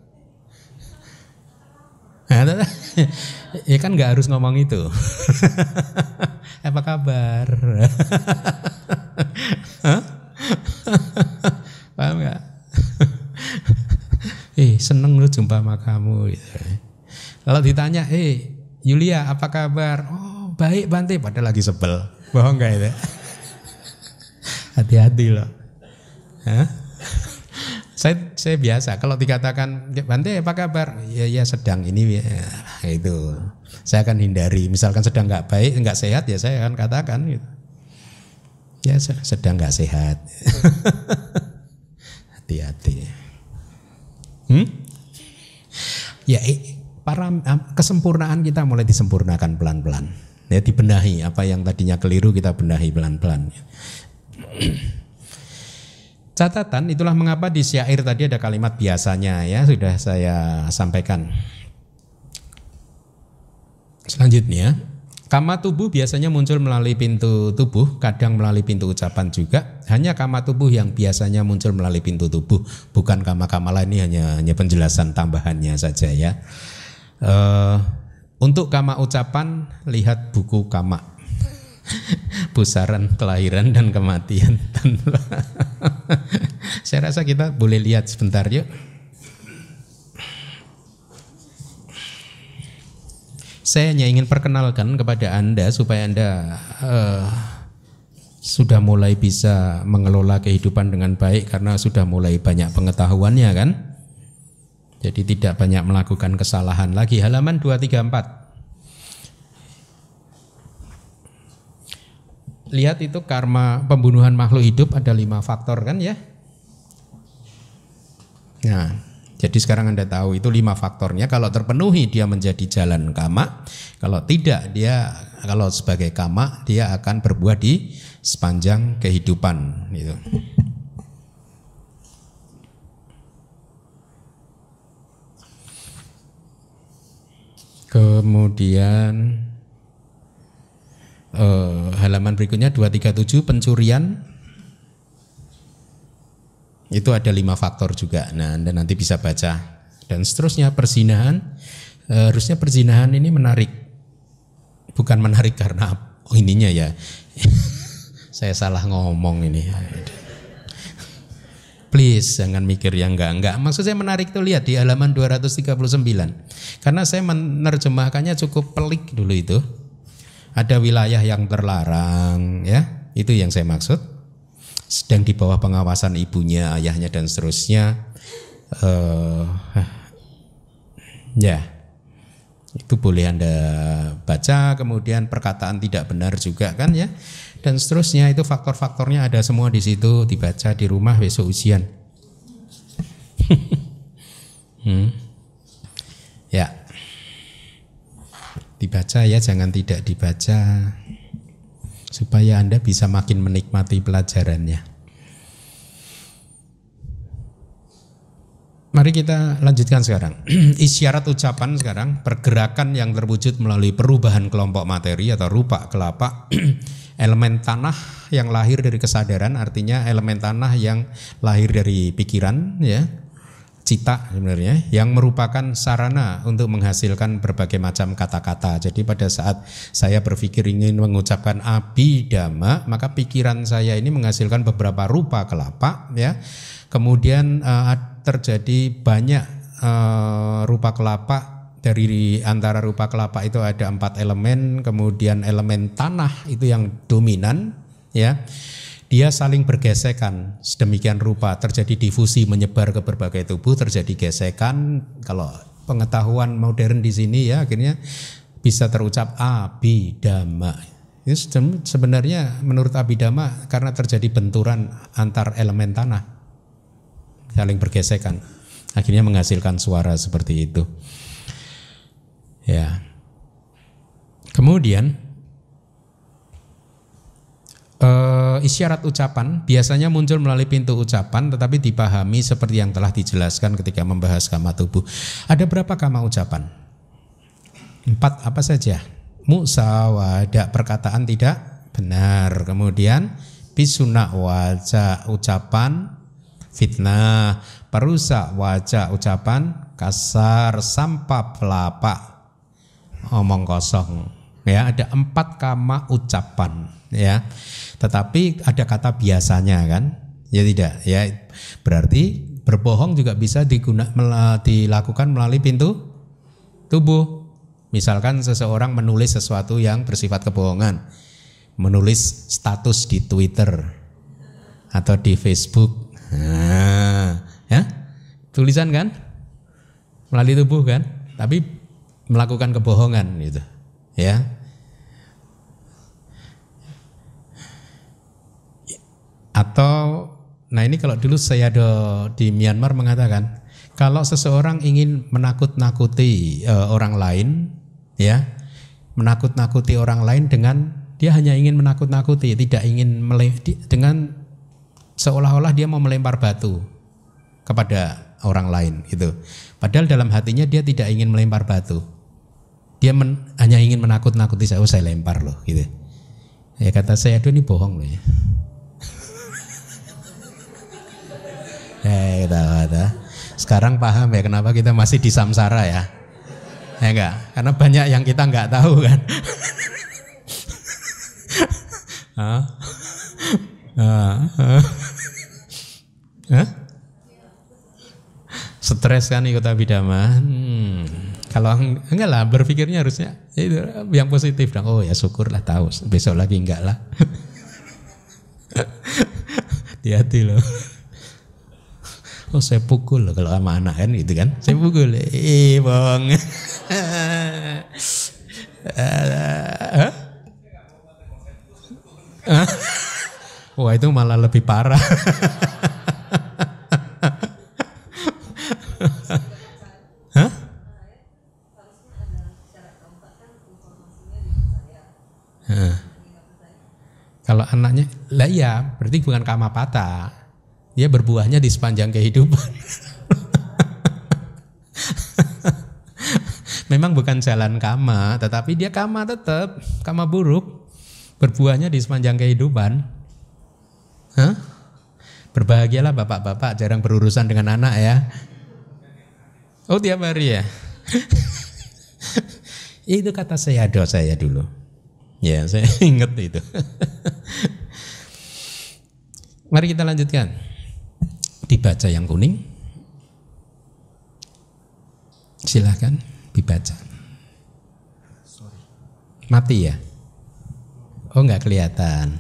Ya kan nggak harus ngomong itu. Apa kabar? Paham nggak? Eh seneng lu jumpa sama kamu. Gitu. Kalau ditanya, eh Yulia apa kabar? Oh baik Bante, padahal lagi sebel. Bohong nggak itu? Hati-hati loh. Hah? Saya, saya biasa kalau dikatakan Bante apa kabar, ya ya sedang ini ya, itu saya akan hindari. Misalkan sedang nggak baik nggak sehat ya saya akan katakan gitu. Ya sedang nggak sehat. Hati-hati. Hmm? Ya para kesempurnaan kita mulai disempurnakan pelan-pelan. Ya dibenahi apa yang tadinya keliru kita benahi pelan-pelan. Catatan, itulah mengapa di syair tadi ada kalimat biasanya ya, sudah saya sampaikan. Selanjutnya, Kama tubuh biasanya muncul melalui pintu tubuh, kadang melalui pintu ucapan juga. Hanya kama tubuh yang biasanya muncul melalui pintu tubuh, bukan kama-kama lain. Ini hanya hanya penjelasan tambahannya saja ya. Uh, untuk kama ucapan, lihat buku kama. Pusaran kelahiran dan kematian. Saya rasa kita boleh lihat sebentar yuk. Saya hanya ingin perkenalkan kepada Anda supaya Anda uh, sudah mulai bisa mengelola kehidupan dengan baik karena sudah mulai banyak pengetahuannya kan. Jadi tidak banyak melakukan kesalahan lagi. Halaman dua tiga empat. Lihat itu karma pembunuhan makhluk hidup ada lima faktor kan ya. Nah, jadi sekarang Anda tahu itu lima faktornya. Kalau terpenuhi dia menjadi jalan kama. Kalau tidak dia kalau sebagai kama dia akan berbuah di sepanjang kehidupan gitu. Kemudian eh, halaman berikutnya dua tiga tujuh pencurian. Itu ada lima faktor juga. Nah, Anda nanti bisa baca. Dan seterusnya perzinahan. E, harusnya perzinahan ini menarik. Bukan menarik karena oh ininya ya. Saya salah ngomong ini. Please jangan mikir yang enggak-enggak. Maksud saya menarik tuh lihat di halaman dua ratus tiga puluh sembilan. Karena saya menerjemahkannya cukup pelik dulu itu. Ada wilayah yang terlarang ya. Itu yang saya maksud. Sedang di bawah pengawasan ibunya, ayahnya dan seterusnya. Uh, ya, itu boleh Anda baca. Kemudian perkataan tidak benar juga kan ya, dan seterusnya. Itu faktor-faktornya ada semua di situ. Dibaca di rumah besok ujian. hmm. Ya, dibaca ya, jangan tidak dibaca. Supaya Anda bisa makin menikmati pelajarannya. Mari kita lanjutkan sekarang. Isyarat ucapan sekarang, pergerakan yang terwujud melalui perubahan kelompok materi atau rupa kelapa. Elemen tanah yang lahir dari kesadaran, artinya elemen tanah yang lahir dari pikiran ya. Cita sebenarnya yang merupakan sarana untuk menghasilkan berbagai macam kata-kata. Jadi pada saat saya berpikir ingin mengucapkan abhidhamma, maka pikiran saya ini menghasilkan beberapa rupa kelapa ya. Kemudian uh, terjadi banyak uh, rupa kelapa. Dari antara rupa kelapa itu ada empat elemen, kemudian elemen tanah itu yang dominan ya. Dia saling bergesekan sedemikian rupa, terjadi difusi menyebar ke berbagai tubuh, terjadi gesekan. Kalau pengetahuan modern di sini ya akhirnya bisa terucap abhidhamma. Ini sebenarnya menurut abhidhamma karena terjadi benturan antar elemen tanah, saling bergesekan, akhirnya menghasilkan suara seperti itu. Ya. Kemudian Uh, isyarat ucapan biasanya muncul melalui pintu ucapan tetapi dipahami seperti yang telah dijelaskan ketika membahas kama tubuh. Ada berapa kama ucapan? Empat apa saja? Musawada, perkataan tidak benar. Kemudian bisuna waja, ucapan fitnah. Perusak waja, ucapan kasar. Sampah pelapa, omong kosong. Ya, ada empat kama ucapan ya. Tetapi ada kata biasanya kan? Ya tidak, ya. Berarti berbohong juga bisa diguna, dilakukan melalui pintu tubuh. Misalkan seseorang menulis sesuatu yang bersifat kebohongan, menulis status di Twitter atau di Facebook. Nah, ya. Tulisan kan? Melalui tubuh kan? Tapi melakukan kebohongan gitu. Ya. Atau, nah ini kalau dulu saya ada di Myanmar mengatakan, kalau seseorang ingin menakut-nakuti uh, orang lain, ya, menakut-nakuti orang lain dengan dia hanya ingin menakut-nakuti, tidak ingin mele- dengan seolah-olah dia mau melempar batu kepada orang lain, gitu. Padahal dalam hatinya dia tidak ingin melempar batu, Dia men, hanya ingin menakut-nakuti saya, oh saya lempar loh gitu. Ya kata saya, aduh ini bohong loh ya. Eh, kata-kata. Sekarang paham ya kenapa kita masih di samsara ya? Ya enggak? Karena banyak yang kita enggak tahu kan. Hah? Hah? Hah? Stres kan ikut abidama. Hmm. Kalau enggak lah, berpikirnya harusnya itu yang positif dong. Oh ya syukurlah tahu. Besok lagi enggak lah. Hati-hati loh. Oh saya pukul loh kalau sama anak kan gitu kan. Saya pukul. Eh bong. Wah itu malah lebih parah. Hah? Hah. Kalau anaknya, lah ya berarti bukan kamapata. Dia berbuahnya di sepanjang kehidupan. Memang bukan jalan kama, tetapi dia kama tetap, kama buruk. Berbuahnya di sepanjang kehidupan. Hah? Berbahagialah bapak-bapak jarang berurusan dengan anak ya. Oh tiap hari ya. Itu kata saya do saya dulu. Ya saya ingat itu. Mari kita lanjutkan. Dibaca yang kuning. Silahkan dibaca. Mati ya? Oh enggak kelihatan.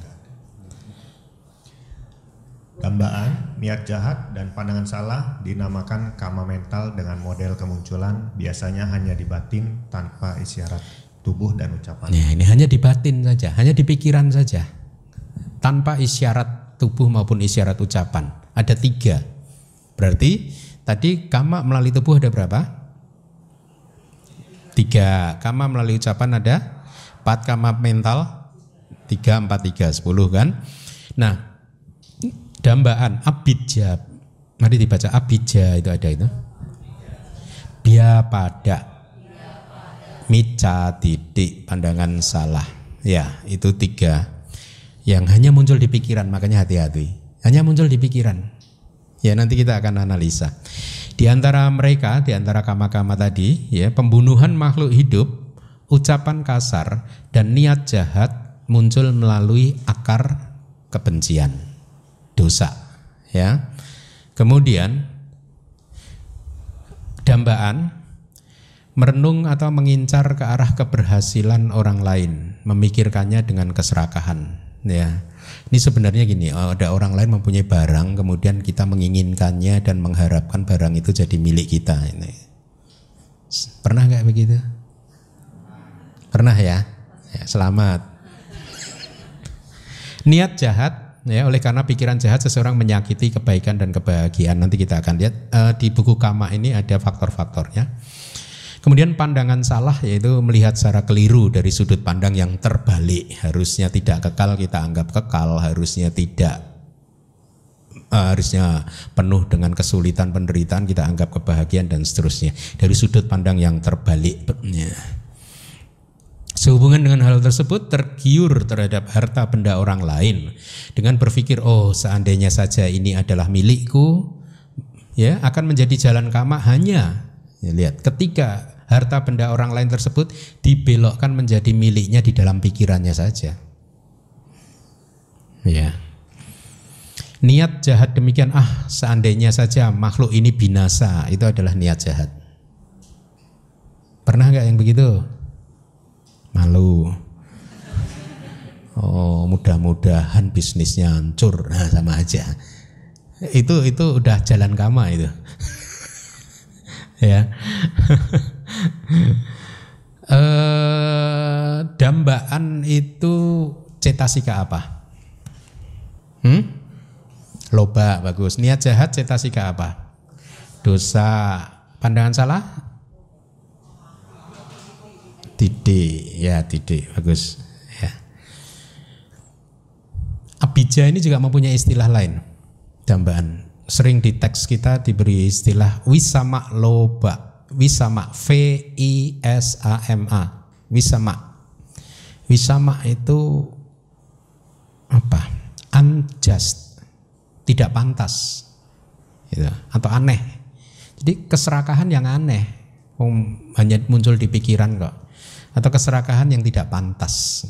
Dambaan, niat jahat, dan pandangan salah dinamakan kama mental dengan model kemunculan biasanya hanya di batin tanpa isyarat tubuh dan ucapan. Ya, ini hanya di batin saja, hanya di pikiran saja, tanpa isyarat tubuh maupun isyarat ucapan. Ada tiga. Berarti tadi kama melalui tubuh ada berapa? Tiga. Kama melalui ucapan ada empat. Kama mental tiga, empat, tiga, sepuluh kan. Nah dambaan abidja, mari dibaca abidja itu ada itu. Bia pada, mica titik, pandangan salah. Ya itu tiga yang hanya muncul di pikiran, makanya hati-hati. Hanya muncul di pikiran. Ya nanti kita akan analisa. Di antara mereka, di antara kama-kama tadi, ya pembunuhan makhluk hidup, ucapan kasar dan niat jahat muncul melalui akar kebencian, dosa. Ya. Kemudian dambaan, merenung atau mengincar ke arah keberhasilan orang lain, memikirkannya dengan keserakahan. Ya. Ini sebenarnya gini, ada orang lain mempunyai barang, kemudian kita menginginkannya dan mengharapkan barang itu jadi milik kita. Ini pernah nggak begitu? Pernah ya? Ya selamat. Niat jahat, ya oleh karena pikiran jahat seseorang menyakiti kebaikan dan kebahagiaan. Nanti kita akan lihat uh, di buku Kama ini ada faktor-faktornya. Kemudian pandangan salah yaitu melihat secara keliru dari sudut pandang yang terbalik. Harusnya tidak kekal kita anggap kekal, harusnya tidak uh, harusnya penuh dengan kesulitan penderitaan kita anggap kebahagiaan dan seterusnya. Dari sudut pandang yang terbalik. Ya. Sehubungan dengan hal tersebut tergiur terhadap harta benda orang lain dengan berpikir oh seandainya saja ini adalah milikku, ya akan menjadi jalan kama hanya ya, lihat ketika harta benda orang lain tersebut dibelokkan menjadi miliknya di dalam pikirannya saja. Ya. Niat jahat demikian, ah seandainya saja makhluk ini binasa, itu adalah niat jahat. Pernah enggak yang begitu? Malu. Oh, mudah-mudahan bisnisnya hancur. Nah, sama aja. Itu itu udah jalan kama itu. Ya. eh, dambaan itu cetasika apa? Hmm? Loba, bagus. Niat jahat cetasika apa? Dosa. Pandangan salah? Tidik, ya tidik, bagus. Ya. Abijja ini juga mempunyai istilah lain. Dambaan. Sering di teks kita diberi istilah wisama loba. Wisama, V I S A M A. Wisama. Wisama itu apa? Unjust, tidak pantas, gitu. Atau aneh. Jadi keserakahan yang aneh, um, hanya muncul di pikiran kok. Atau keserakahan yang tidak pantas.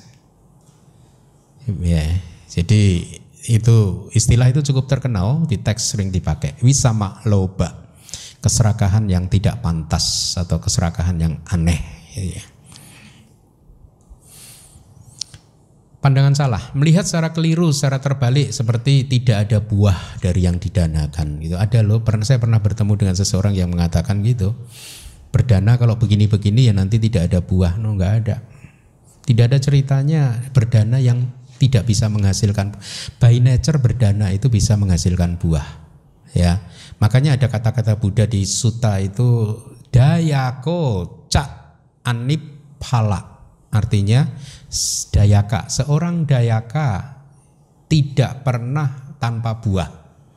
Ya, jadi itu istilah itu cukup terkenal, di teks sering dipakai. Wisama loba, keserakahan yang tidak pantas atau keserakahan yang aneh. Ya. Pandangan salah, melihat secara keliru, secara terbalik, seperti tidak ada buah dari yang didanakan. Gitu. Ada loh, pernah saya pernah bertemu dengan seseorang yang mengatakan gitu. Berdana kalau begini-begini ya nanti tidak ada buah. No, nggak ada. Tidak ada ceritanya berdana yang tidak bisa menghasilkan. By nature berdana itu bisa menghasilkan buah. Ya, makanya ada kata-kata Buddha di sutta itu dayako cak aniphala. Artinya dayaka, seorang dayaka tidak pernah tanpa buah.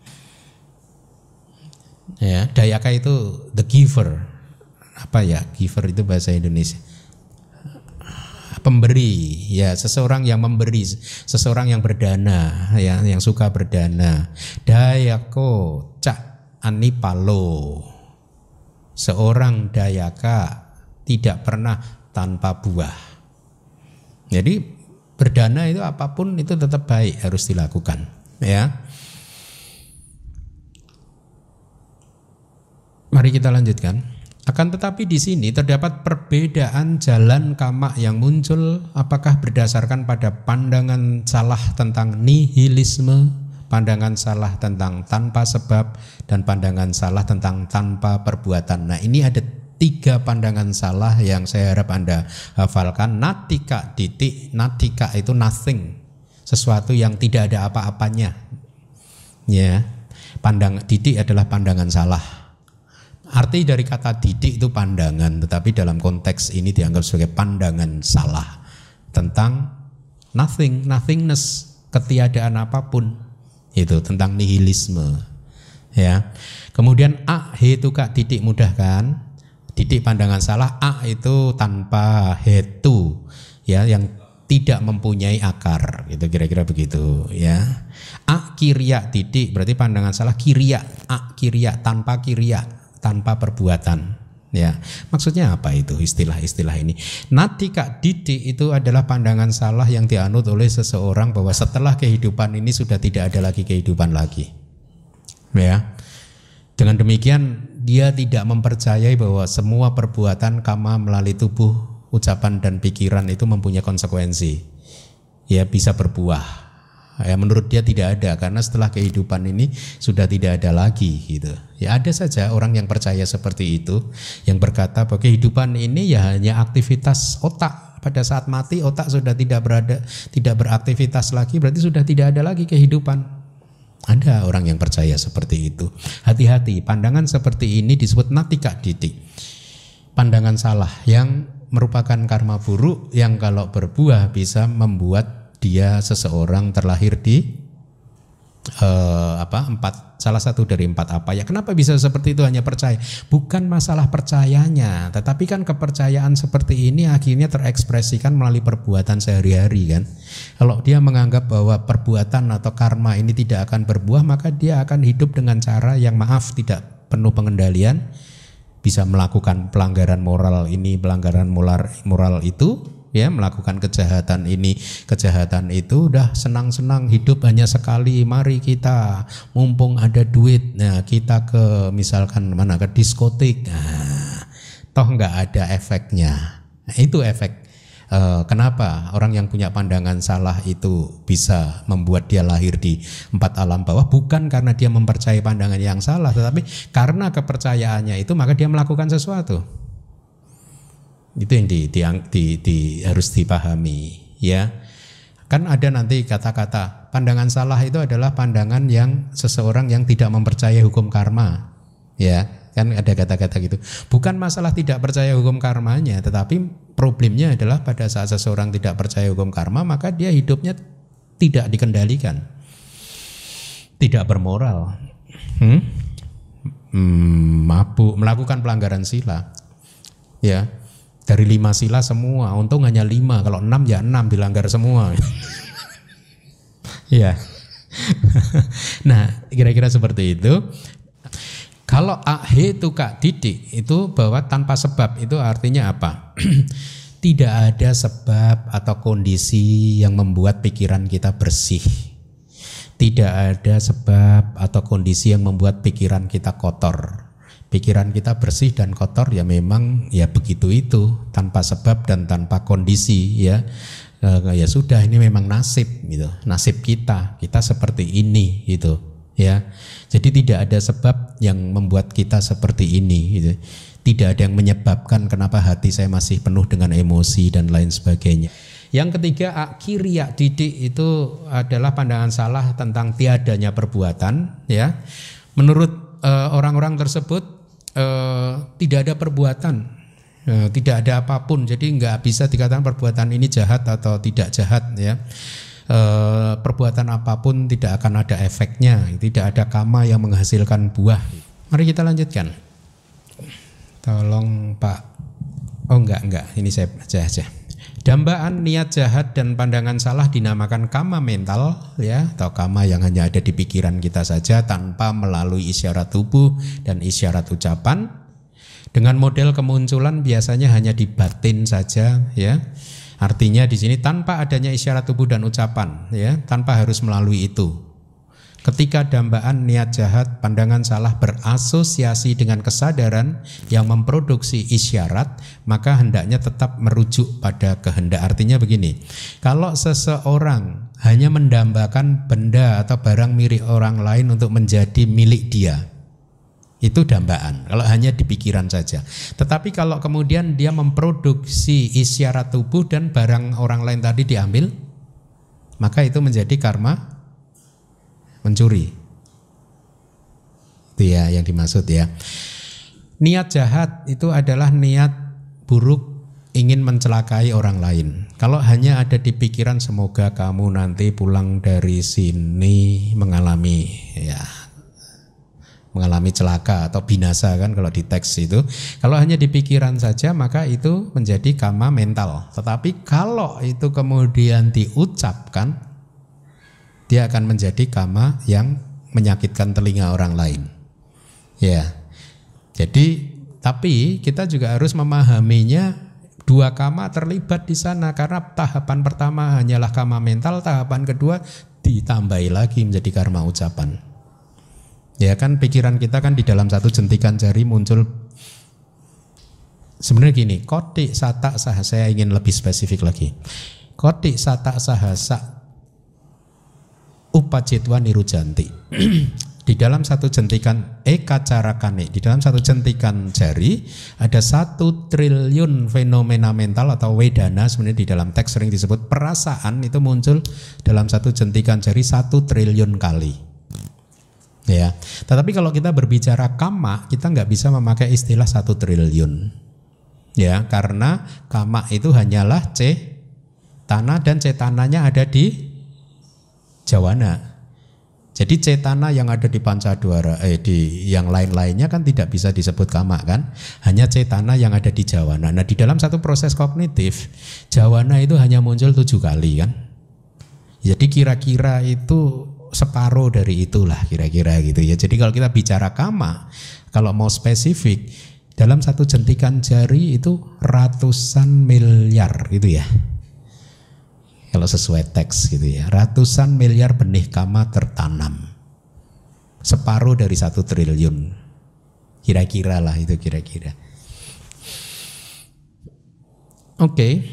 Ya, dayaka itu the giver. Apa ya giver itu bahasa Indonesia? Pemberi, ya seseorang yang memberi, seseorang yang berdana, ya yang suka berdana. Dayako cak anipalo, seorang dayaka tidak pernah tanpa buah. Jadi berdana itu apapun itu tetap baik, harus dilakukan, ya. Mari kita lanjutkan. Akan tetapi di sini terdapat perbedaan jalan kama yang muncul, apakah berdasarkan pada pandangan salah tentang nihilisme, pandangan salah tentang tanpa sebab, dan pandangan salah tentang tanpa perbuatan. Nah, ini ada tiga pandangan salah yang saya harap Anda hafalkan. Natika titik, natika itu nothing, sesuatu yang tidak ada apa-apanya. Ya, pandang titik adalah pandangan salah. Arti dari kata didik itu pandangan, tetapi dalam konteks ini dianggap sebagai pandangan salah tentang nothing, nothingness, ketiadaan apapun. Itu tentang nihilisme. Ya. Kemudian a hetuka didik, mudah kan? Didik pandangan salah, a itu tanpa hetu, ya, yang tidak mempunyai akar, itu kira-kira begitu, ya. A kiriya didik berarti pandangan salah, kiriya, a kiriya tanpa kiriya, tanpa perbuatan, ya. Maksudnya apa itu istilah-istilah ini? Natika didik itu adalah pandangan salah yang dianut oleh seseorang bahwa setelah kehidupan ini sudah tidak ada lagi kehidupan lagi, ya. Dengan demikian dia tidak mempercayai bahwa semua perbuatan kama melalui tubuh, ucapan dan pikiran itu mempunyai konsekuensi, ya, bisa berbuah. Ya, menurut dia tidak ada, karena setelah kehidupan ini sudah tidak ada lagi, gitu. Ya, ada saja orang yang percaya seperti itu, yang berkata bahwa kehidupan ini ya hanya aktivitas otak. Pada saat mati otak sudah tidak berada, tidak beraktivitas lagi, berarti sudah tidak ada lagi kehidupan. Ada orang yang percaya seperti itu. Hati-hati, pandangan seperti ini disebut natika didik, pandangan salah yang merupakan karma buruk yang kalau berbuah bisa membuat dia seseorang terlahir di uh, apa empat salah satu dari empat apa ya. Kenapa bisa seperti itu? Hanya percaya. Bukan masalah percayanya, tetapi kan kepercayaan seperti ini akhirnya terekspresikan melalui perbuatan sehari-hari kan. Kalau dia menganggap bahwa perbuatan atau karma ini tidak akan berbuah, maka dia akan hidup dengan cara yang maaf tidak penuh pengendalian, bisa melakukan pelanggaran moral ini, pelanggaran moral moral itu, ya, melakukan kejahatan ini, kejahatan itu, udah senang-senang hidup hanya sekali, mari kita mumpung ada duit, nah kita ke misalkan mana ke diskotik, nah, toh nggak ada efeknya. Nah, itu efek. Uh, kenapa orang yang punya pandangan salah itu bisa membuat dia lahir di empat alam bawah? Bukan karena dia mempercayai pandangan yang salah, tetapi karena kepercayaannya itu maka dia melakukan sesuatu. Itu yang di, di, di, di, harus dipahami, ya. Kan ada nanti kata-kata pandangan salah itu adalah pandangan yang seseorang yang tidak mempercayai hukum karma, ya. Kan ada kata-kata gitu. Bukan masalah tidak percaya hukum karmanya, tetapi problemnya adalah pada saat seseorang tidak percaya hukum karma, maka dia hidupnya tidak dikendalikan, tidak bermoral, hmm? Hmm, mabuk, melakukan pelanggaran sila, ya. Dari lima sila semua, untung hanya lima, kalau enam ya enam dilanggar semua. Ya. Nah, kira-kira seperti itu. Kalau ahe itu Kak Didik itu bahwa tanpa sebab itu artinya apa? Tidak ada sebab atau kondisi yang membuat pikiran kita bersih. Tidak ada sebab atau kondisi yang membuat pikiran kita kotor. Pikiran kita bersih dan kotor ya memang ya begitu itu, tanpa sebab dan tanpa kondisi ya. E, ya sudah, ini memang nasib gitu. Nasib kita, kita seperti ini gitu ya. Jadi tidak ada sebab yang membuat kita seperti ini gitu. Tidak ada yang menyebabkan kenapa hati saya masih penuh dengan emosi dan lain sebagainya. Yang ketiga, akiriya didik itu adalah pandangan salah tentang tiadanya perbuatan ya. Menurut e, orang-orang tersebut Uh, tidak ada perbuatan, uh, tidak ada apapun, jadi nggak bisa dikatakan perbuatan ini jahat atau tidak jahat ya. Uh, perbuatan apapun tidak akan ada efeknya, tidak ada kama yang menghasilkan buah. Mari kita lanjutkan. Tolong Pak. Oh enggak enggak, ini saya baca aja. Dambaan, niat jahat dan pandangan salah dinamakan kama mental ya, atau kama yang hanya ada di pikiran kita saja tanpa melalui isyarat tubuh dan isyarat ucapan. Dengan model kemunculan biasanya hanya di batin saja ya. Artinya di sini tanpa adanya isyarat tubuh dan ucapan ya, tanpa harus melalui itu. Ketika dambaan, niat jahat, pandangan salah berasosiasi dengan kesadaran yang memproduksi isyarat, maka hendaknya tetap merujuk pada kehendak. Artinya begini, kalau seseorang hanya mendambakan benda atau barang milik orang lain untuk menjadi milik dia, itu dambaan, kalau hanya di pikiran saja. Tetapi kalau kemudian dia memproduksi isyarat tubuh dan barang orang lain tadi diambil, maka itu menjadi karma mencuri. Itu ya yang dimaksud ya. Niat jahat itu adalah niat buruk ingin mencelakai orang lain. Kalau hanya ada di pikiran semoga kamu nanti pulang dari sini mengalami ya mengalami celaka atau binasa kan kalau di teks itu. Kalau hanya di pikiran saja maka itu menjadi kama mental. Tetapi kalau itu kemudian diucapkan, dia akan menjadi kama yang menyakitkan telinga orang lain. Ya. Jadi tapi kita juga harus memahaminya, dua kama terlibat di sana karena tahapan pertama hanyalah kama mental, tahapan kedua ditambahi lagi menjadi karma ucapan. Ya kan, pikiran kita kan di dalam satu jentikan jari muncul. Sebenarnya gini, kodik sata saha, saya ingin lebih spesifik lagi. Kodik sata sahasa upacitwa nirujanti. Di dalam satu jentikan eka carakane, di dalam satu jentikan jari ada satu triliun fenomena mental atau wedana. Sebenarnya di dalam teks sering disebut perasaan, itu muncul dalam satu jentikan jari satu triliun kali. Ya, tetapi kalau kita berbicara kama, kita nggak bisa memakai istilah satu triliun. Ya, karena kama itu hanyalah cetana dan cetananya ada di jawana. Jadi cetana yang ada di pancadwara, eh di yang lain-lainnya kan tidak bisa disebut kama kan? Hanya cetana yang ada di jawana. Nah, di dalam satu proses kognitif, jawana itu hanya muncul tujuh kali kan? Jadi kira-kira itu separuh dari itulah kira-kira gitu ya. Jadi kalau kita bicara kama, kalau mau spesifik, dalam satu jentikan jari itu ratusan miliar gitu ya. Kalau sesuai teks gitu ya, ratusan miliar benih kama tertanam, separuh dari satu triliun, kira-kira lah itu kira-kira. Oke,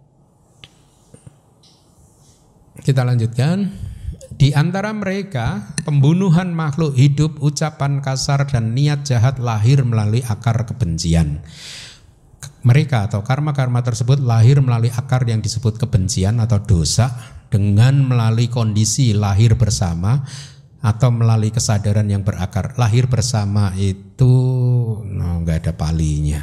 kita lanjutkan. Di antara mereka, pembunuhan makhluk hidup, ucapan kasar dan niat jahat lahir melalui akar kebencian. Mereka atau karma-karma tersebut lahir melalui akar yang disebut kebencian atau dosa, dengan melalui kondisi lahir bersama atau melalui kesadaran yang berakar. Lahir bersama itu no, gak ada palinya.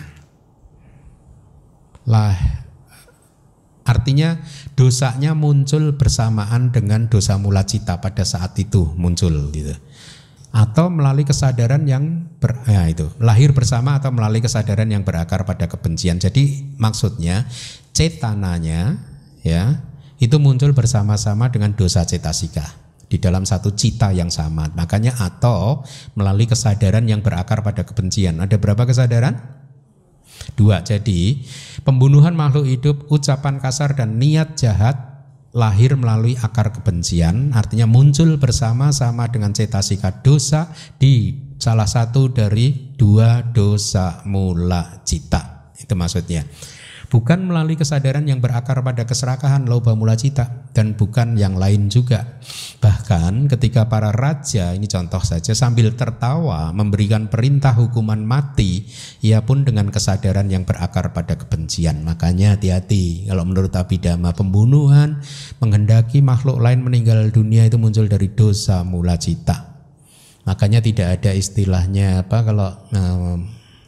Lah, artinya dosanya muncul bersamaan dengan dosa mula cita pada saat itu muncul gitu. atau melalui kesadaran yang ber, ya itu lahir bersama atau melalui kesadaran yang berakar pada kebencian. Jadi maksudnya cetananya ya itu muncul bersama-sama dengan dosa cetasika di dalam satu cita yang sama. Makanya atau melalui kesadaran yang berakar pada kebencian. Ada berapa kesadaran? Dua. Jadi pembunuhan makhluk hidup, ucapan kasar dan niat jahat lahir melalui akar kebencian, artinya muncul bersama-sama dengan cetasika dosa di salah satu dari dua dosa mula cita. Itu maksudnya. Bukan melalui kesadaran yang berakar pada keserakahan loba mula cita, dan bukan yang lain juga. Bahkan ketika para raja, ini contoh saja, sambil tertawa memberikan perintah hukuman mati, ia pun dengan kesadaran yang berakar pada kebencian. Makanya hati-hati, kalau menurut Abhidhamma pembunuhan menghendaki makhluk lain meninggal dunia itu muncul dari dosa mula cita. Makanya tidak ada istilahnya apa kalau um,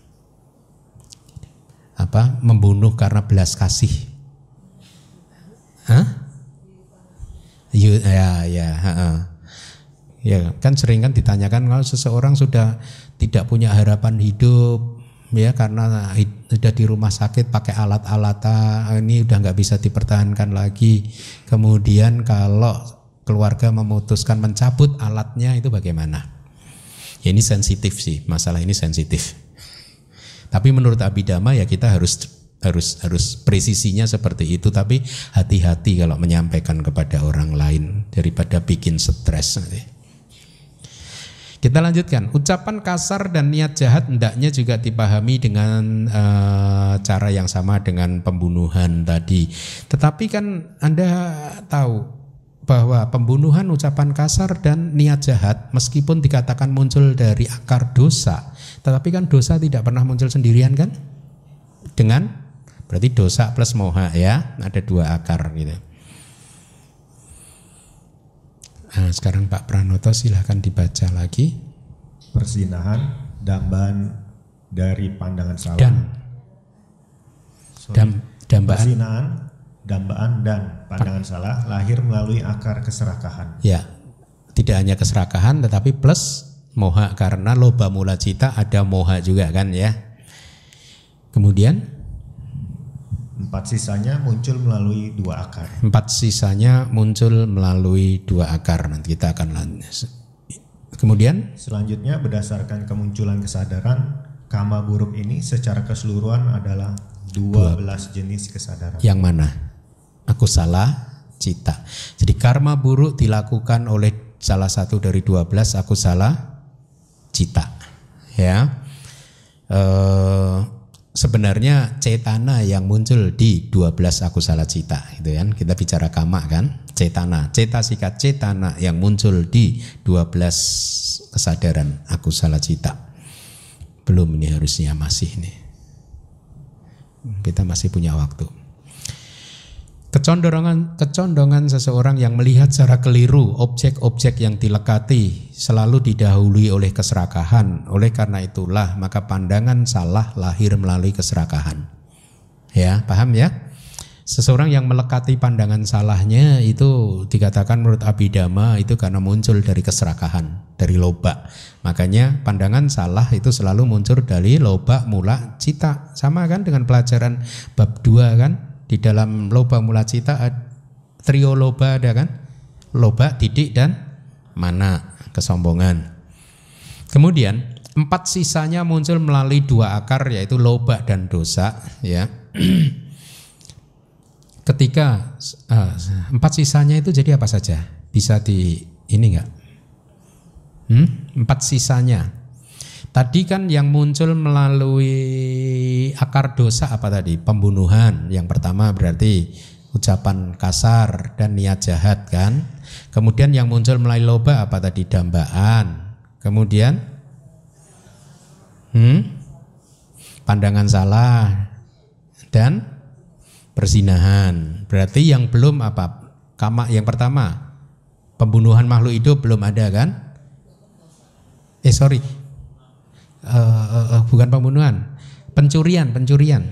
apa membunuh karena belas kasih. Hah? Ya, ya, ya, ya kan sering kan ditanyakan kalau seseorang sudah tidak punya harapan hidup ya karena sudah di rumah sakit pakai alat-alat ini udah nggak bisa dipertahankan lagi. Kemudian kalau keluarga memutuskan mencabut alatnya itu bagaimana? Ya ini sensitif sih, masalah ini sensitif. Tapi menurut Abhidhamma ya kita harus harus harus presisinya seperti itu, tapi hati-hati kalau menyampaikan kepada orang lain daripada bikin stres nanti. Kita lanjutkan. Ucapan kasar dan niat jahat hendaknya juga dipahami dengan uh, cara yang sama dengan pembunuhan tadi. Tetapi kan Anda tahu bahwa pembunuhan, ucapan kasar dan niat jahat meskipun dikatakan muncul dari akar dosa, tetapi kan dosa tidak pernah muncul sendirian kan? Dengan berarti dosa plus moha ya, ada dua akar gitu. Nah, sekarang Pak Pranoto silahkan dibaca lagi. Persinahan, dambaan dari pandangan salah. Dan dam, dambaan. Persinahan, dambaan dan pandangan salah lahir melalui akar keserakahan. Ya, tidak hanya keserakahan tetapi plus moha, karena loba mula cita ada moha juga kan ya. Kemudian empat sisanya muncul melalui dua akar. Empat sisanya muncul melalui dua akar. Nanti kita akan lanjut. Kemudian selanjutnya berdasarkan kemunculan kesadaran, kama buruk ini secara keseluruhan adalah dua belas jenis kesadaran. Yang mana? Akusala cita. Jadi karma buruk dilakukan oleh salah satu dari dua belas akusala cita. Ya. Eh, sebenarnya cetana yang muncul di dua belas akusala cita itu kan, kita bicara kama kan, cetana, cetasika cetana yang muncul di dua belas kesadaran akusala cita. Belum, ini harusnya masih nih. Kita masih punya waktu. Kecondongan kecondongan seseorang yang melihat secara keliru objek-objek yang dilekati selalu didahului oleh keserakahan. Oleh karena itulah maka pandangan salah lahir melalui keserakahan. Ya, paham ya? Seseorang yang melekati pandangan salahnya itu dikatakan menurut Abhidhamma itu karena muncul dari keserakahan, dari loba. Makanya pandangan salah itu selalu muncul dari loba mula cita. Sama kan dengan pelajaran bab dua kan? Di dalam loba mula cita trio loba ada kan? Loba, didik dan mana, kesombongan. Kemudian empat sisanya muncul melalui dua akar yaitu loba dan dosa ya. Ketika uh, empat sisanya itu jadi apa saja? Bisa di ini enggak? Hmm? Empat sisanya. Tadi kan yang muncul melalui akar dosa apa tadi? Pembunuhan. Yang pertama berarti ucapan kasar dan niat jahat kan. Kemudian yang muncul melalui loba apa tadi? Dambaan. Kemudian hmm? pandangan salah dan perzinahan. Berarti yang belum apa? Kama yang pertama. Pembunuhan makhluk hidup belum ada kan? Eh sorry. Uh, uh, uh, bukan pembunuhan, pencurian, pencurian,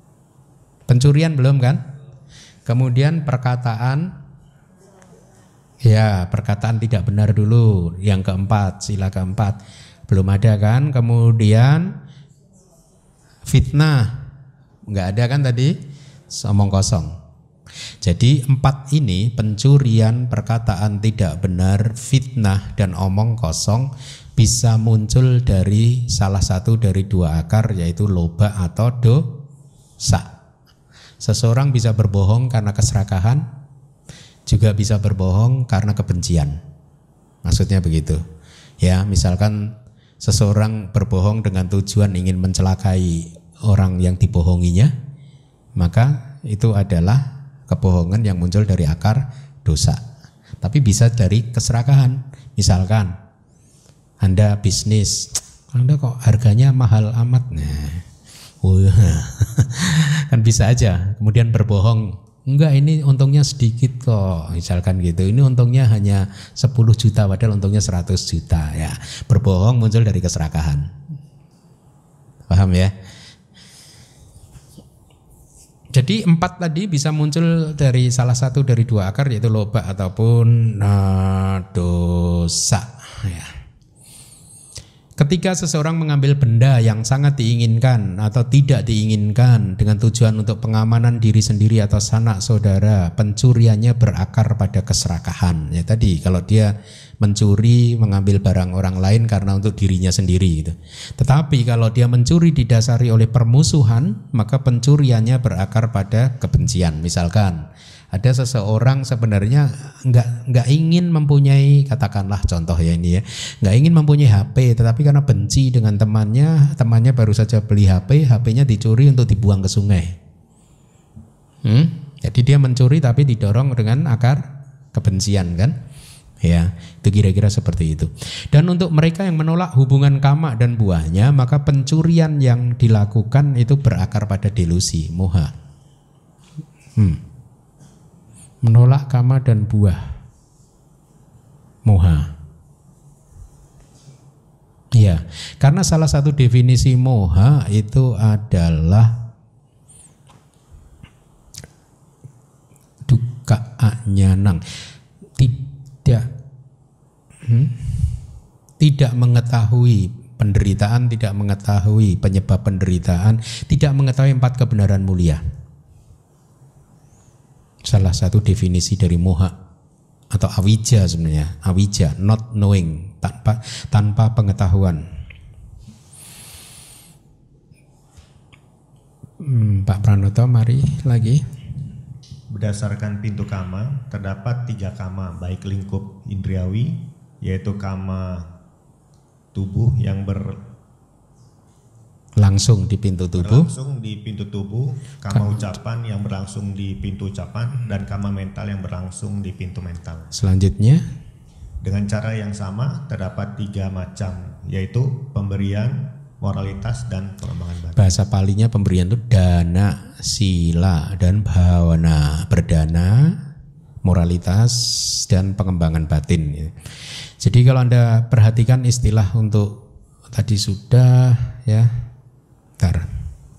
pencurian belum kan? Kemudian perkataan Ya, perkataan tidak benar dulu. Yang keempat, sila keempat. Belum ada kan? Kemudian fitnah. Enggak ada kan tadi? Omong kosong. Jadi empat ini, pencurian, perkataan tidak benar, fitnah, dan omong kosong, bisa muncul dari salah satu dari dua akar, yaitu loba atau dosa. Seseorang bisa berbohong karena keserakahan, juga bisa berbohong karena kebencian. Maksudnya begitu. Ya, misalkan seseorang berbohong dengan tujuan ingin mencelakai orang yang dibohonginya, maka itu adalah kebohongan yang muncul dari akar dosa. Tapi bisa dari keserakahan. Misalkan Anda bisnis, Anda kok harganya mahal amat. Nah, oh, kan bisa aja. Kemudian berbohong, enggak, ini untungnya sedikit kok, misalkan gitu. Ini untungnya hanya sepuluh juta padahal untungnya seratus juta. Ya, berbohong muncul dari keserakahan. Paham ya? Jadi empat tadi bisa muncul dari salah satu dari dua akar, yaitu loba ataupun uh, dosa. Ya. Ketika seseorang mengambil benda yang sangat diinginkan atau tidak diinginkan dengan tujuan untuk pengamanan diri sendiri atau sanak saudara, pencuriannya berakar pada keserakahan. Ya tadi, kalau dia mencuri, mengambil barang orang lain karena untuk dirinya sendiri gitu. Tetapi kalau dia mencuri didasari oleh permusuhan, maka pencuriannya berakar pada kebencian. Misalkan ada seseorang sebenarnya nggak nggak ingin mempunyai, katakanlah contoh ya ini ya, nggak ingin mempunyai H P, tetapi karena benci dengan temannya, temannya baru saja beli H P, H P-nya dicuri untuk dibuang ke sungai. Hmm? Jadi dia mencuri tapi didorong dengan akar kebencian kan? Ya, itu kira-kira seperti itu. Dan untuk mereka yang menolak hubungan kama dan buahnya, maka pencurian yang dilakukan itu berakar pada delusi, moha. Hmm. Menolak kama dan buah, moha. Ya, karena salah satu definisi moha itu adalah duka anyanang, tidak hmm, tidak mengetahui penderitaan, tidak mengetahui penyebab penderitaan, tidak mengetahui empat kebenaran mulia. Salah satu definisi dari moha atau awija sebenarnya, awija, not knowing, tanpa tanpa pengetahuan. Hmm, Pak Pranoto, mari lagi. Berdasarkan pintu kama, terdapat tiga kama baik lingkup indriawi, yaitu kama tubuh yang ber langsung di pintu tubuh, berlangsung di pintu tubuh, kama ucapan yang berlangsung di pintu ucapan, dan kama mental yang berlangsung di pintu mental. Selanjutnya, dengan cara yang sama terdapat tiga macam, yaitu pemberian, moralitas, dan pengembangan batin. Bahasa palinya pemberian itu dana, sila, dan bhavana. Berdana, moralitas, dan pengembangan batin. Jadi kalau Anda perhatikan istilah untuk tadi sudah ya. Bentar.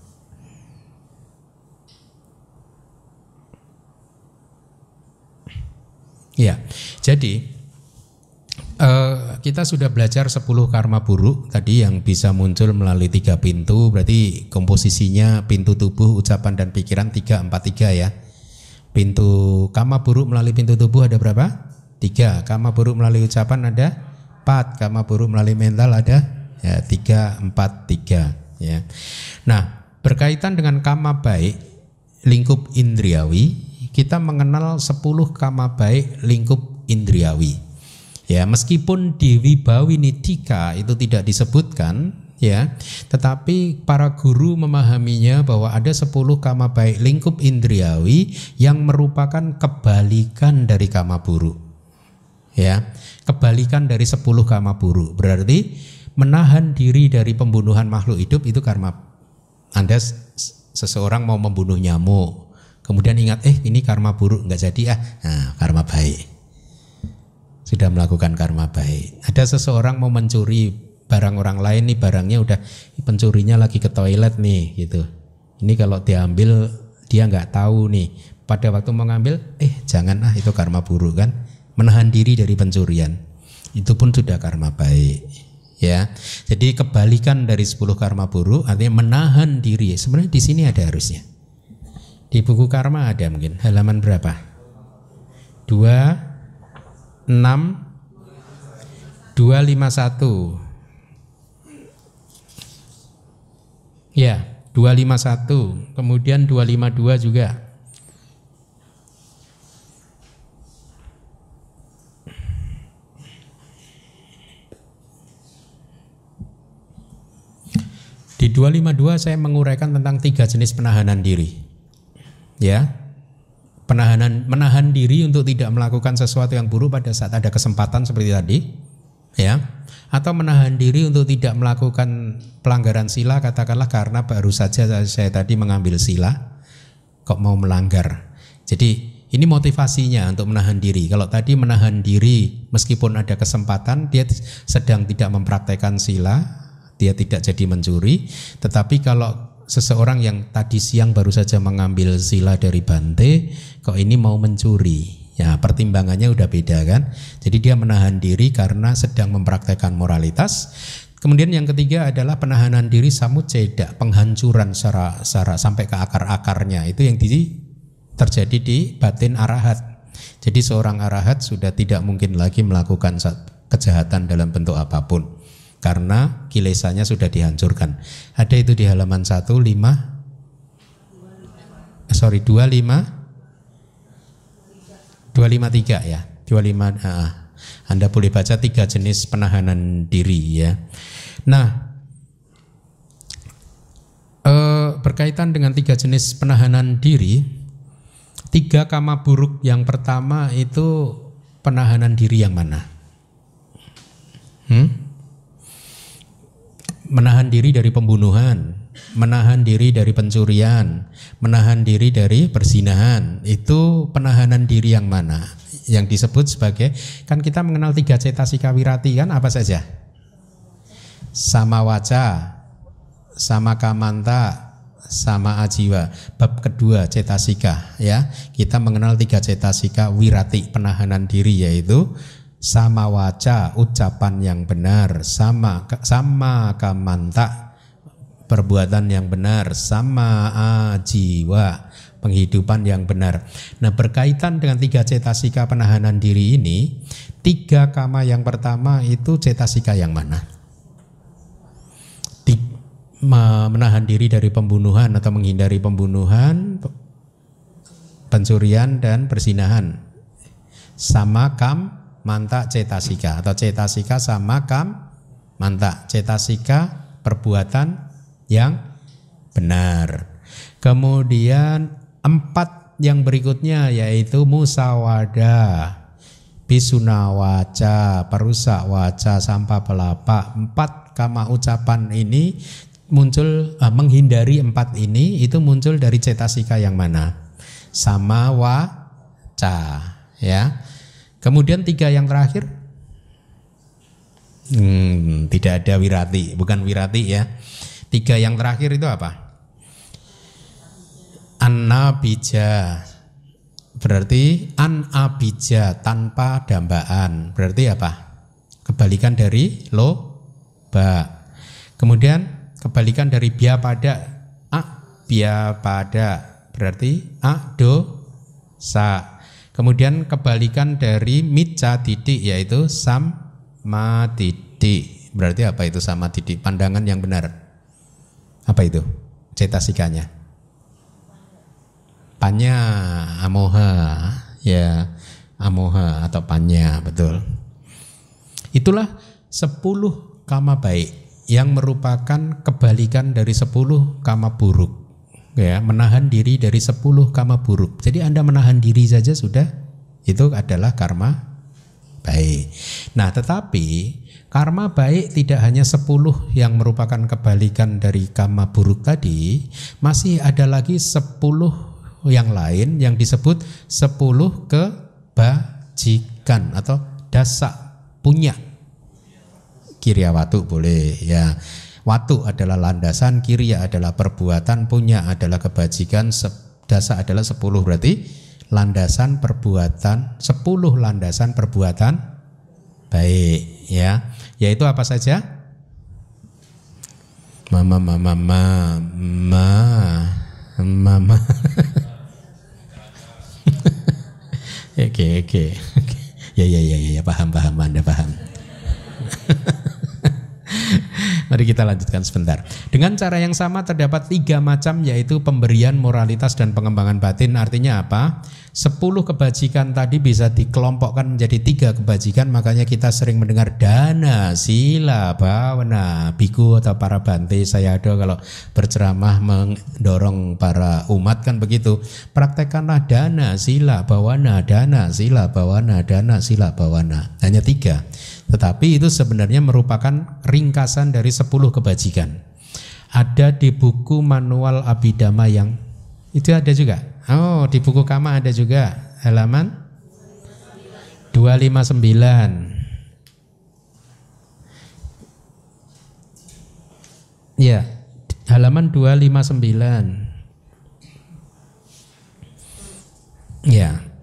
Ya, jadi uh, kita sudah belajar sepuluh karma buruk tadi yang bisa muncul melalui tiga pintu. Berarti komposisinya pintu tubuh, ucapan, dan pikiran tiga empat tiga ya. Pintu karma buruk melalui pintu tubuh ada berapa? Tiga. Karma buruk melalui ucapan ada empat. Karma buruk melalui mental ada ya tiga empat tiga. Ya. Nah, berkaitan dengan kama baik lingkup indriawi, kita mengenal sepuluh kama baik lingkup indriawi. Ya, meskipun di Wibawinidika itu tidak disebutkan, ya, tetapi para guru memahaminya bahwa ada sepuluh kama baik lingkup indriawi yang merupakan kebalikan dari kama buruk. Ya, kebalikan dari sepuluh kama buruk. Berarti menahan diri dari pembunuhan makhluk hidup itu karma. Anda seseorang mau membunuh nyamuk, kemudian ingat eh ini karma buruk, nggak jadi ah, nah, karma baik. Sudah melakukan karma baik. Ada seseorang mau mencuri barang orang lain, nih barangnya udah pencurinya lagi ke toilet nih gitu. Ini kalau diambil dia nggak tahu nih. Pada waktu mengambil eh jangan ah, itu karma buruk kan. menahan diri dari pencurian. Itu pun sudah karma baik. Ya, jadi kebalikan dari sepuluh karma buruk artinya menahan diri. Sebenarnya di sini ada harusnya. Di buku karma ada mungkin halaman berapa? dua enam dua lima satu. Ya, dua lima satu. Kemudian dua lima dua juga. Di dua lima dua saya menguraikan tentang tiga jenis penahanan diri. Ya. Penahanan menahan diri untuk tidak melakukan sesuatu yang buruk pada saat ada kesempatan seperti tadi, ya. Atau menahan diri untuk tidak melakukan pelanggaran sila, katakanlah karena baru saja saya tadi mengambil sila kok mau melanggar. Jadi ini motivasinya untuk menahan diri. Kalau tadi menahan diri meskipun ada kesempatan, dia sedang tidak mempraktekkan sila, dia tidak jadi mencuri. Tetapi kalau seseorang yang tadi siang baru saja mengambil sila dari Bante, kok ini mau mencuri, ya pertimbangannya udah beda kan. Jadi dia menahan diri karena sedang mempraktekkan moralitas. Kemudian yang ketiga adalah penahanan diri samucceda, penghancuran secara, secara sampai ke akar-akarnya. Itu yang di, terjadi di batin arahat. Jadi seorang arahat sudah tidak mungkin lagi melakukan kejahatan dalam bentuk apapun, karena kilesanya sudah dihancurkan. Ada itu di halaman satu lima sorry dua lima dua lima tiga ya. dua lima uh, Anda boleh baca tiga jenis penahanan diri ya. Nah, uh, berkaitan dengan tiga jenis penahanan diri, tiga kama buruk yang pertama itu penahanan diri yang mana? Hmm? Menahan diri dari pembunuhan, menahan diri dari pencurian, menahan diri dari perzinahan. Itu penahanan diri yang mana? Yang disebut sebagai, kan kita mengenal tiga cetasika wirati kan, apa saja? Sama waca, sama kamanta, sama ajiwa. Bab kedua cetasika ya. Kita mengenal tiga cetasika wirati penahanan diri, yaitu sama waca, ucapan yang benar, sama sama kamanta, perbuatan yang benar, sama ajiwa, penghidupan yang benar. Nah, berkaitan dengan tiga cetasika penahanan diri ini, tiga kama yang pertama itu cetasika yang mana? Di, menahan diri dari pembunuhan atau menghindari pembunuhan, pencurian dan perzinahan. Sama kam manta cetasika atau cetasika sama kam manta, cetasika perbuatan yang benar. Kemudian empat yang berikutnya yaitu musawada, pisuna waca, perusak waca, sampah pelapa. Empat kama ucapan ini muncul eh, menghindari empat ini itu muncul dari cetasika yang mana? Sama waca ya. Kemudian tiga yang terakhir hmm, tidak ada wirati, bukan wirati ya. Tiga yang terakhir itu apa? Anabija, berarti anabija, tanpa dambaan. Berarti apa? Kebalikan dari loba. Kemudian kebalikan dari bia pada, a bia pada, berarti a do sa. Kemudian kebalikan dari mica titik yaitu sama titik. Berarti apa itu sama titik? Pandangan yang benar. Apa itu? Cetasikanya. Panya, amoha, ya amoha atau panya, betul. Itulah sepuluh kama baik yang merupakan kebalikan dari sepuluh kama buruk. Ya, menahan diri dari sepuluh kama buruk. Jadi Anda menahan diri saja sudah, itu adalah karma baik. Nah, tetapi karma baik tidak hanya sepuluh yang merupakan kebalikan dari kama buruk tadi, masih ada lagi sepuluh yang lain yang disebut sepuluh kebajikan atau dasa punya. Kiryawatu boleh ya. Watu adalah landasan, kirya adalah perbuatan, punya adalah kebajikan, dasa adalah sepuluh, berarti landasan perbuatan, sepuluh landasan perbuatan baik, ya. Yaitu apa saja? Mama mama mama mama mama. Oke oke. Ya ya ya ya paham paham Anda paham. Mari kita lanjutkan sebentar. Dengan cara yang sama terdapat tiga macam, yaitu pemberian, moralitas, dan pengembangan batin. Artinya apa? Sepuluh kebajikan tadi bisa dikelompokkan menjadi tiga kebajikan. Makanya kita sering mendengar dana, sila, bhavana, biku atau para bante sayadaw kalau berceramah mendorong para umat kan begitu. Praktekkanlah dana, sila, bhavana, dana, sila, bhavana, dana, sila, bhavana. Hanya tiga. Tetapi itu sebenarnya merupakan ringkasan dari sepuluh kebajikan. Ada di buku manual Abhidhamma yang itu ada juga. Oh, di buku Kama ada juga. Halaman dua lima sembilan. Ya, halaman dua lima sembilan. Ya.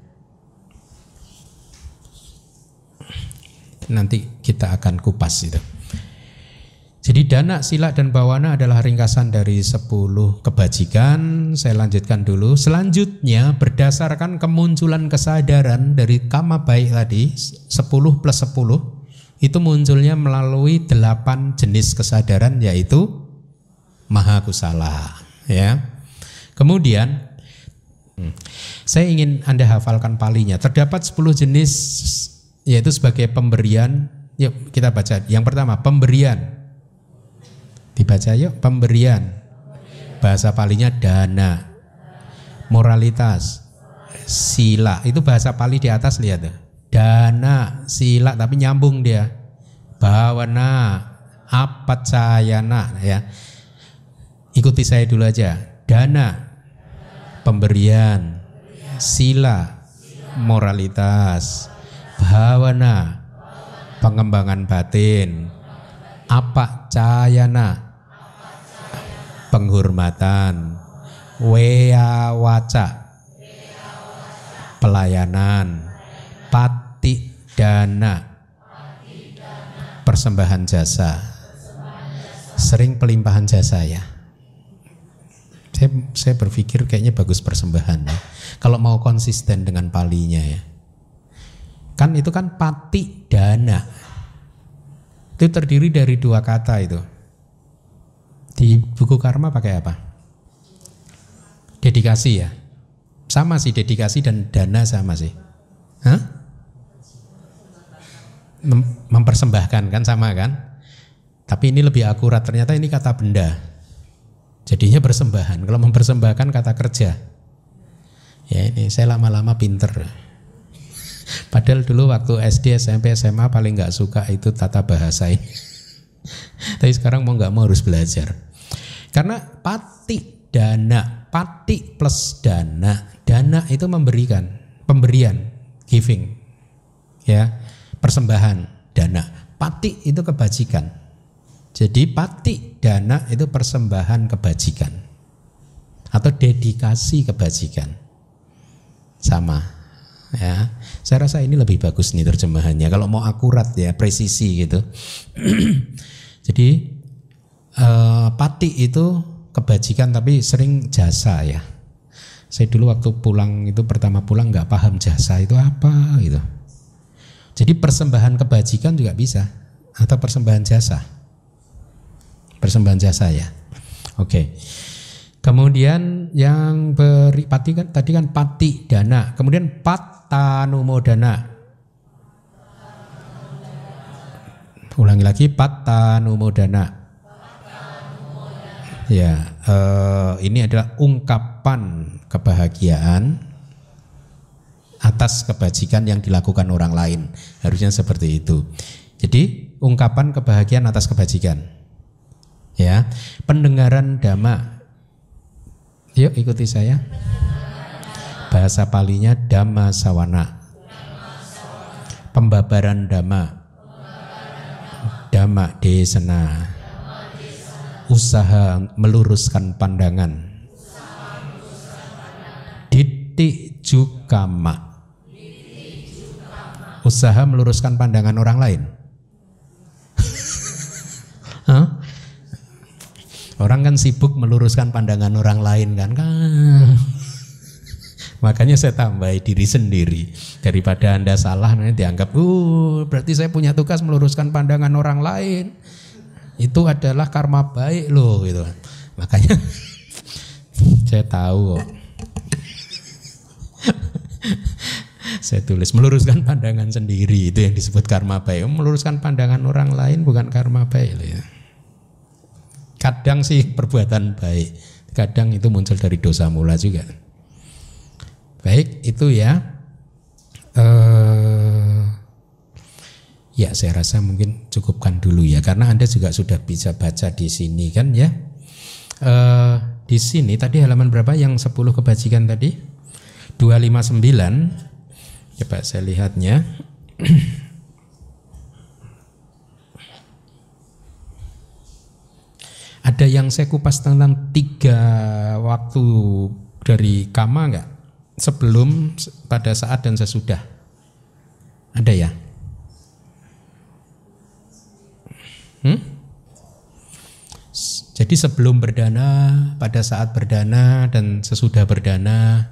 Nanti kita akan kupas itu. Jadi dana, sila, dan bhavana adalah ringkasan dari sepuluh kebajikan. Saya lanjutkan dulu. Selanjutnya berdasarkan kemunculan kesadaran dari kama baik tadi, sepuluh plus sepuluh, itu munculnya melalui delapan jenis kesadaran, yaitu maha kusala. Ya. Kemudian hmm, saya ingin Anda hafalkan palinya. Terdapat sepuluh jenis, yaitu sebagai pemberian. Yuk kita baca. Yang pertama pemberian. Dibaca yuk, pemberian. Bahasa palinya dana. Moralitas, sila. Itu bahasa pali di atas, lihat tuh. Dana, sila, tapi nyambung dia. Bhavana, apacayana, ya. Ikuti saya dulu aja. Dana, pemberian. Sila, moralitas. Bhavana, pengembangan batin. Apacayana, penghormatan. Weawaca, pelayanan. Pati dana, persembahan jasa. Sering pelimpahan jasa ya. Saya, saya berpikir kayaknya bagus persembahan ya. Kalau mau konsisten dengan palinya ya. Kan itu kan pati dana. Itu terdiri dari dua kata itu. Di buku karma pakai apa? Dedikasi ya. Sama sih, dedikasi dan dana sama sih. Hah? Mem- mempersembahkan kan sama kan? Tapi ini lebih akurat, ternyata ini kata benda. Jadinya persembahan. Kalau mempersembahkan kata kerja. Ya ini saya lama-lama pinter. Padahal dulu waktu S D, S M P, S M A paling gak suka itu tata bahasa ini. Tapi sekarang mau gak mau harus belajar. Karena pati dana, pati plus dana. Dana itu memberikan, pemberian, giving. Ya, persembahan, dana. Pati itu kebajikan. Jadi pati dana itu persembahan kebajikan. Atau dedikasi kebajikan. Sama. Ya, saya rasa ini lebih bagus nih terjemahannya. Kalau mau akurat ya, presisi gitu. Jadi eh, pati itu kebajikan tapi sering jasa ya. Saya dulu waktu pulang itu pertama pulang nggak paham jasa itu apa gitu. Jadi persembahan kebajikan juga bisa atau persembahan jasa. Persembahan jasa ya. Oke. Kemudian yang beri pati kan tadi kan pati dana. Kemudian pattanumodana. Ulangi lagi pattanumodana. Ya, eh, ini adalah ungkapan kebahagiaan atas kebajikan yang dilakukan orang lain. Harusnya seperti itu. Jadi ungkapan kebahagiaan atas kebajikan. Ya, pendengaran dhamma. Yuk ikuti saya. Bahasa palinya dhamma sawana. Pembabaran dhamma. Dhamma desana. Usaha meluruskan pandangan. Witi jukama. Usaha meluruskan pandangan orang lain. Hah? Orang kan sibuk meluruskan pandangan orang lain kan. Makanya saya tambahi diri sendiri. Daripada Anda salah nanti dianggap, uh, berarti saya punya tugas meluruskan pandangan orang lain. Itu adalah karma baik loh gitu. Makanya saya tahu kok. Saya tulis meluruskan pandangan sendiri, itu yang disebut karma baik. Meluruskan pandangan orang lain bukan karma baik loh ya. Kadang sih perbuatan baik, kadang itu muncul dari dosa mula juga. Baik, itu ya. Uh, ya saya rasa mungkin cukupkan dulu ya, karena Anda juga sudah bisa baca di sini kan ya. Uh, di sini tadi halaman berapa yang sepuluh kebajikan tadi? dua lima sembilan. Coba saya lihatnya. Ada yang saya kupas tentang tiga waktu dari kama enggak? Sebelum, pada saat, dan sesudah. Ada ya? Hmm? Jadi sebelum berdana, pada saat berdana, dan sesudah berdana.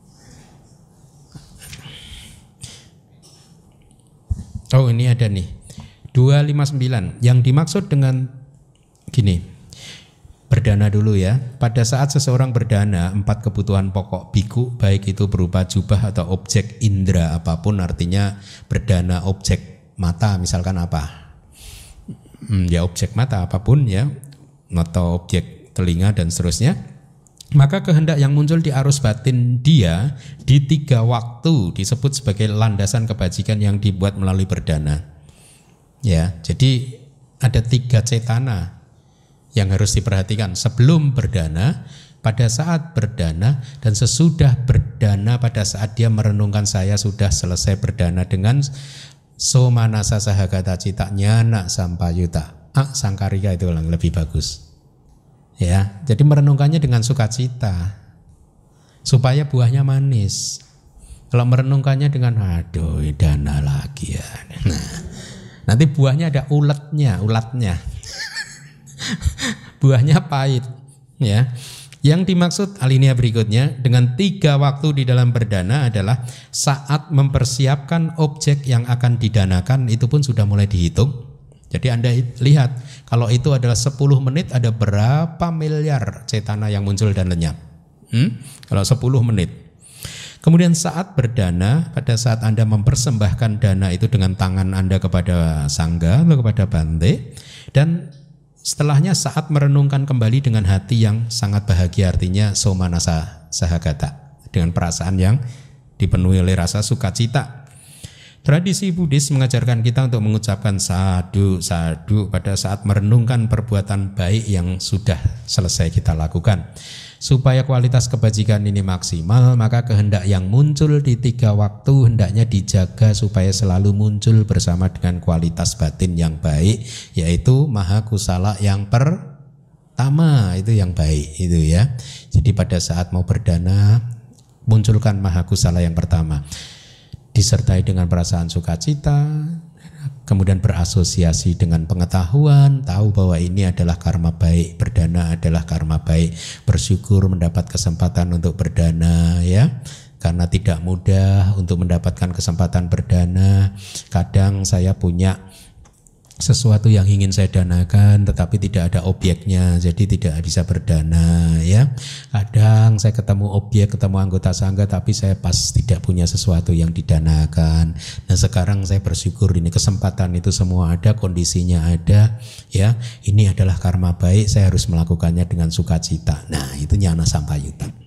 Oh ini ada nih dua lima sembilan. Yang dimaksud dengan gini, berdana dulu ya. Pada saat seseorang berdana, empat kebutuhan pokok biku, baik itu berupa jubah atau objek indera apapun, artinya berdana objek mata misalkan apa, hmm, ya objek mata apapun ya, atau objek telinga dan seterusnya. Maka kehendak yang muncul di arus batin dia di tiga waktu disebut sebagai landasan kebajikan yang dibuat melalui berdana. Ya, jadi ada tiga cetana yang harus diperhatikan sebelum berdana, pada saat berdana, dan sesudah berdana pada saat dia merenungkan saya sudah selesai berdana dengan somanasa sahagata cita nyana sampayuta. Ah, sangkarika itu lebih bagus. Ya, jadi merenungkannya dengan sukacita supaya buahnya manis. Kalau merenungkannya dengan aduh dana lagi ya, nah nanti buahnya ada uletnya, ulatnya, buahnya pahit. Ya, yang dimaksud alinea berikutnya dengan tiga waktu di dalam berdana adalah saat mempersiapkan objek yang akan didanakan, itu pun sudah mulai dihitung. Jadi Anda lihat, kalau itu adalah sepuluh menit, ada berapa miliar cetana yang muncul dan lenyap. Hmm? Kalau sepuluh menit. Kemudian saat berdana, pada saat Anda mempersembahkan dana itu dengan tangan Anda kepada sangga atau kepada bante, dan setelahnya saat merenungkan kembali dengan hati yang sangat bahagia, artinya somanasa sahagata, dengan perasaan yang dipenuhi oleh rasa sukacita. Tradisi Buddhis mengajarkan kita untuk mengucapkan sadhu, sadhu pada saat merenungkan perbuatan baik yang sudah selesai kita lakukan. Supaya kualitas kebajikan ini maksimal, maka kehendak yang muncul di tiga waktu hendaknya dijaga supaya selalu muncul bersama dengan kualitas batin yang baik, yaitu maha kusala yang pertama, itu yang baik itu ya. Jadi pada saat mau berdana, munculkan maha kusala yang pertama, disertai dengan perasaan sukacita, kemudian berasosiasi dengan pengetahuan, tahu bahwa ini adalah karma baik, berdana adalah karma baik, bersyukur mendapat kesempatan untuk berdana ya, karena tidak mudah untuk mendapatkan kesempatan berdana. Kadang saya punya sesuatu yang ingin saya danakan tetapi tidak ada objeknya, jadi tidak bisa berdana ya. Kadang saya ketemu objek, ketemu anggota sangga tapi saya pas tidak punya sesuatu yang didanakan. Nah sekarang saya bersyukur ini kesempatan itu semua ada, kondisinya ada ya. Ini adalah karma baik, saya harus melakukannya dengan sukacita. Nah itu nyana sampayuta.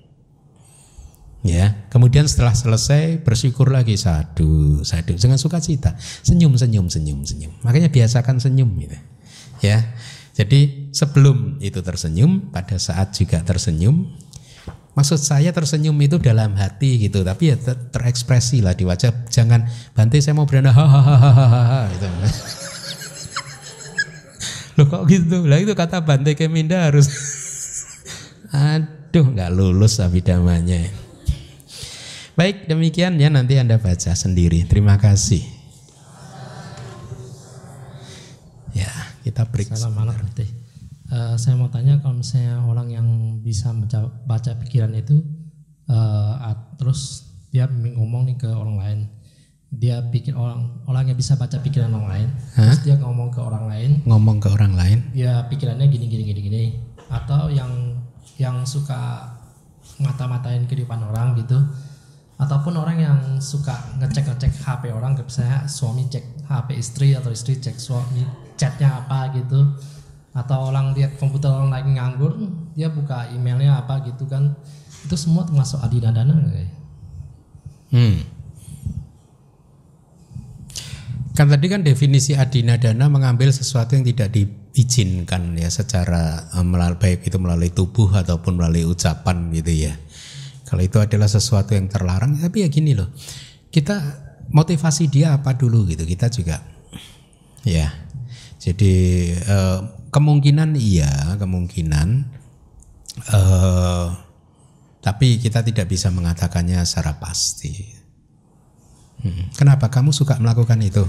Ya, kemudian setelah selesai bersyukur lagi, sadhu, sadhu dengan sukacita, senyum, senyum, senyum, senyum. Makanya biasakan senyum, gitu. Ya, jadi sebelum itu tersenyum, pada saat juga tersenyum. Maksud saya tersenyum itu dalam hati gitu, tapi ya ter- terekspresi lah di wajah. Jangan Bante saya mau berdana, hahaha, gitu. Loh kok gitu? Lah itu kata Bante Keminda harus, aduh, nggak lulus abidamanya. Baik, demikian ya, nanti Anda baca sendiri. Terima kasih. Ya, kita break. Salam malam. Uh, saya mau tanya, kalau misalnya orang yang bisa baca, baca pikiran itu uh, terus dia ngomong nih ke orang lain, dia pikir orang orang yang bisa baca pikiran orang lain, Hah? terus dia ngomong ke orang lain, ngomong ke orang lain, ya pikirannya gini gini gini gini, atau yang yang suka mata-matain kehidupan orang gitu, ataupun orang yang suka ngecek-ngecek H P orang, misalnya suami cek H P istri atau istri cek suami chatnya apa gitu, atau orang lihat komputer orang lagi nganggur, dia buka emailnya apa gitu kan, itu semua termasuk adinadana nggak ya? Hmm. Kan tadi kan definisi adinadana mengambil sesuatu yang tidak diizinkan ya secara melalui, baik itu melalui tubuh ataupun melalui ucapan gitu ya. Kalau itu adalah sesuatu yang terlarang, tapi ya gini loh, kita motivasi dia apa dulu gitu, kita juga ya. Jadi eh, kemungkinan iya, kemungkinan eh, tapi kita tidak bisa mengatakannya secara pasti. Hmm. Kenapa kamu suka melakukan itu?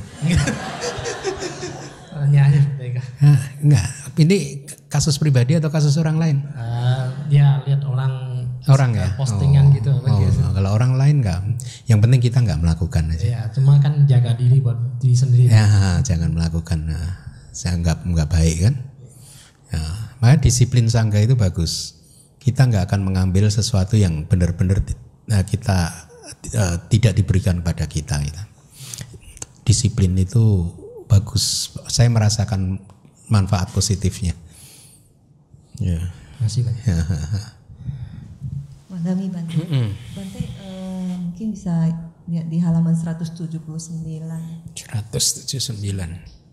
Nah, enggak, ini kasus pribadi atau kasus orang lain? Uh, ya lihat orang orang ya postingan oh, gitu. Oh, gitu. Kalau orang lain enggak, yang penting kita enggak melakukan aja. Ya, cuma kan jaga diri buat diri sendiri. Ya, jangan melakukan. Nah, saya enggak enggak baik kan? Ya, maka disiplin sangga itu bagus. Kita enggak akan mengambil sesuatu yang benar-benar uh, kita uh, tidak diberikan pada kita. Gitu. Disiplin itu bagus. Saya merasakan manfaat positifnya. Ya. Masih kan? Ya. Madami Bante, mm-hmm. Bante uh, mungkin bisa lihat di halaman seratus tujuh puluh sembilan. seratus tujuh puluh sembilan.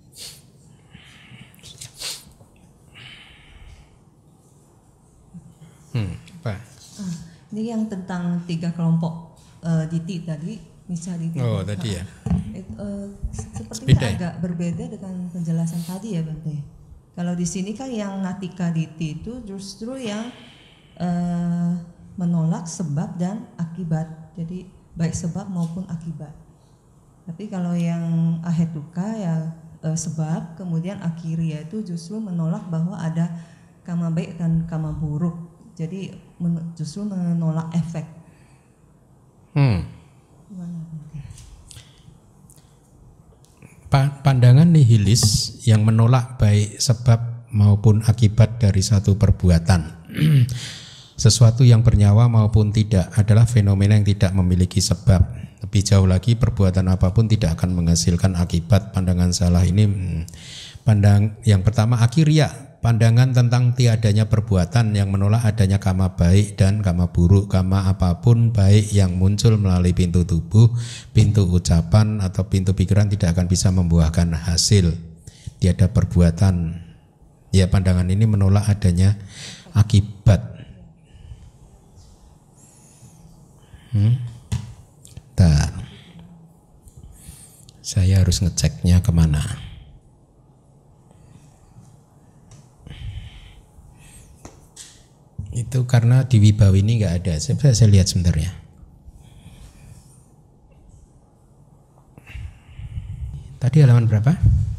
Hmm, apa? Ah, ini yang tentang tiga kelompok uh, diti tadi, misal diti. Oh, tadi ya. It, uh, sepertinya agak berbeda dengan penjelasan tadi ya, Bante. Kalau di sini kan yang natika diti itu justru yang uh, menolak sebab dan akibat. Jadi baik sebab maupun akibat. Tapi kalau yang ahetuka ya uh, sebab, kemudian akhiria itu justru menolak bahwa ada kama baik dan kama buruk. Jadi men- justru menolak efek. Hmm. Pa- pandangan nihilis yang menolak baik sebab maupun akibat dari satu perbuatan, sesuatu yang bernyawa maupun tidak, adalah fenomena yang tidak memiliki sebab. Lebih jauh lagi, perbuatan apapun tidak akan menghasilkan akibat. Pandangan salah ini hmm, pandang yang pertama akhiria. Pandangan tentang tiadanya perbuatan yang menolak adanya kama baik dan kama buruk. Kama apapun baik yang muncul melalui pintu tubuh, pintu ucapan atau pintu pikiran tidak akan bisa membuahkan hasil. Tiada perbuatan. Ya, pandangan ini menolak adanya akibat. Hmm? Bentar. Saya harus ngeceknya kemana? Itu karena di Wibawa ini nggak ada. Saya, saya lihat sebentar ya. Tadi halaman berapa?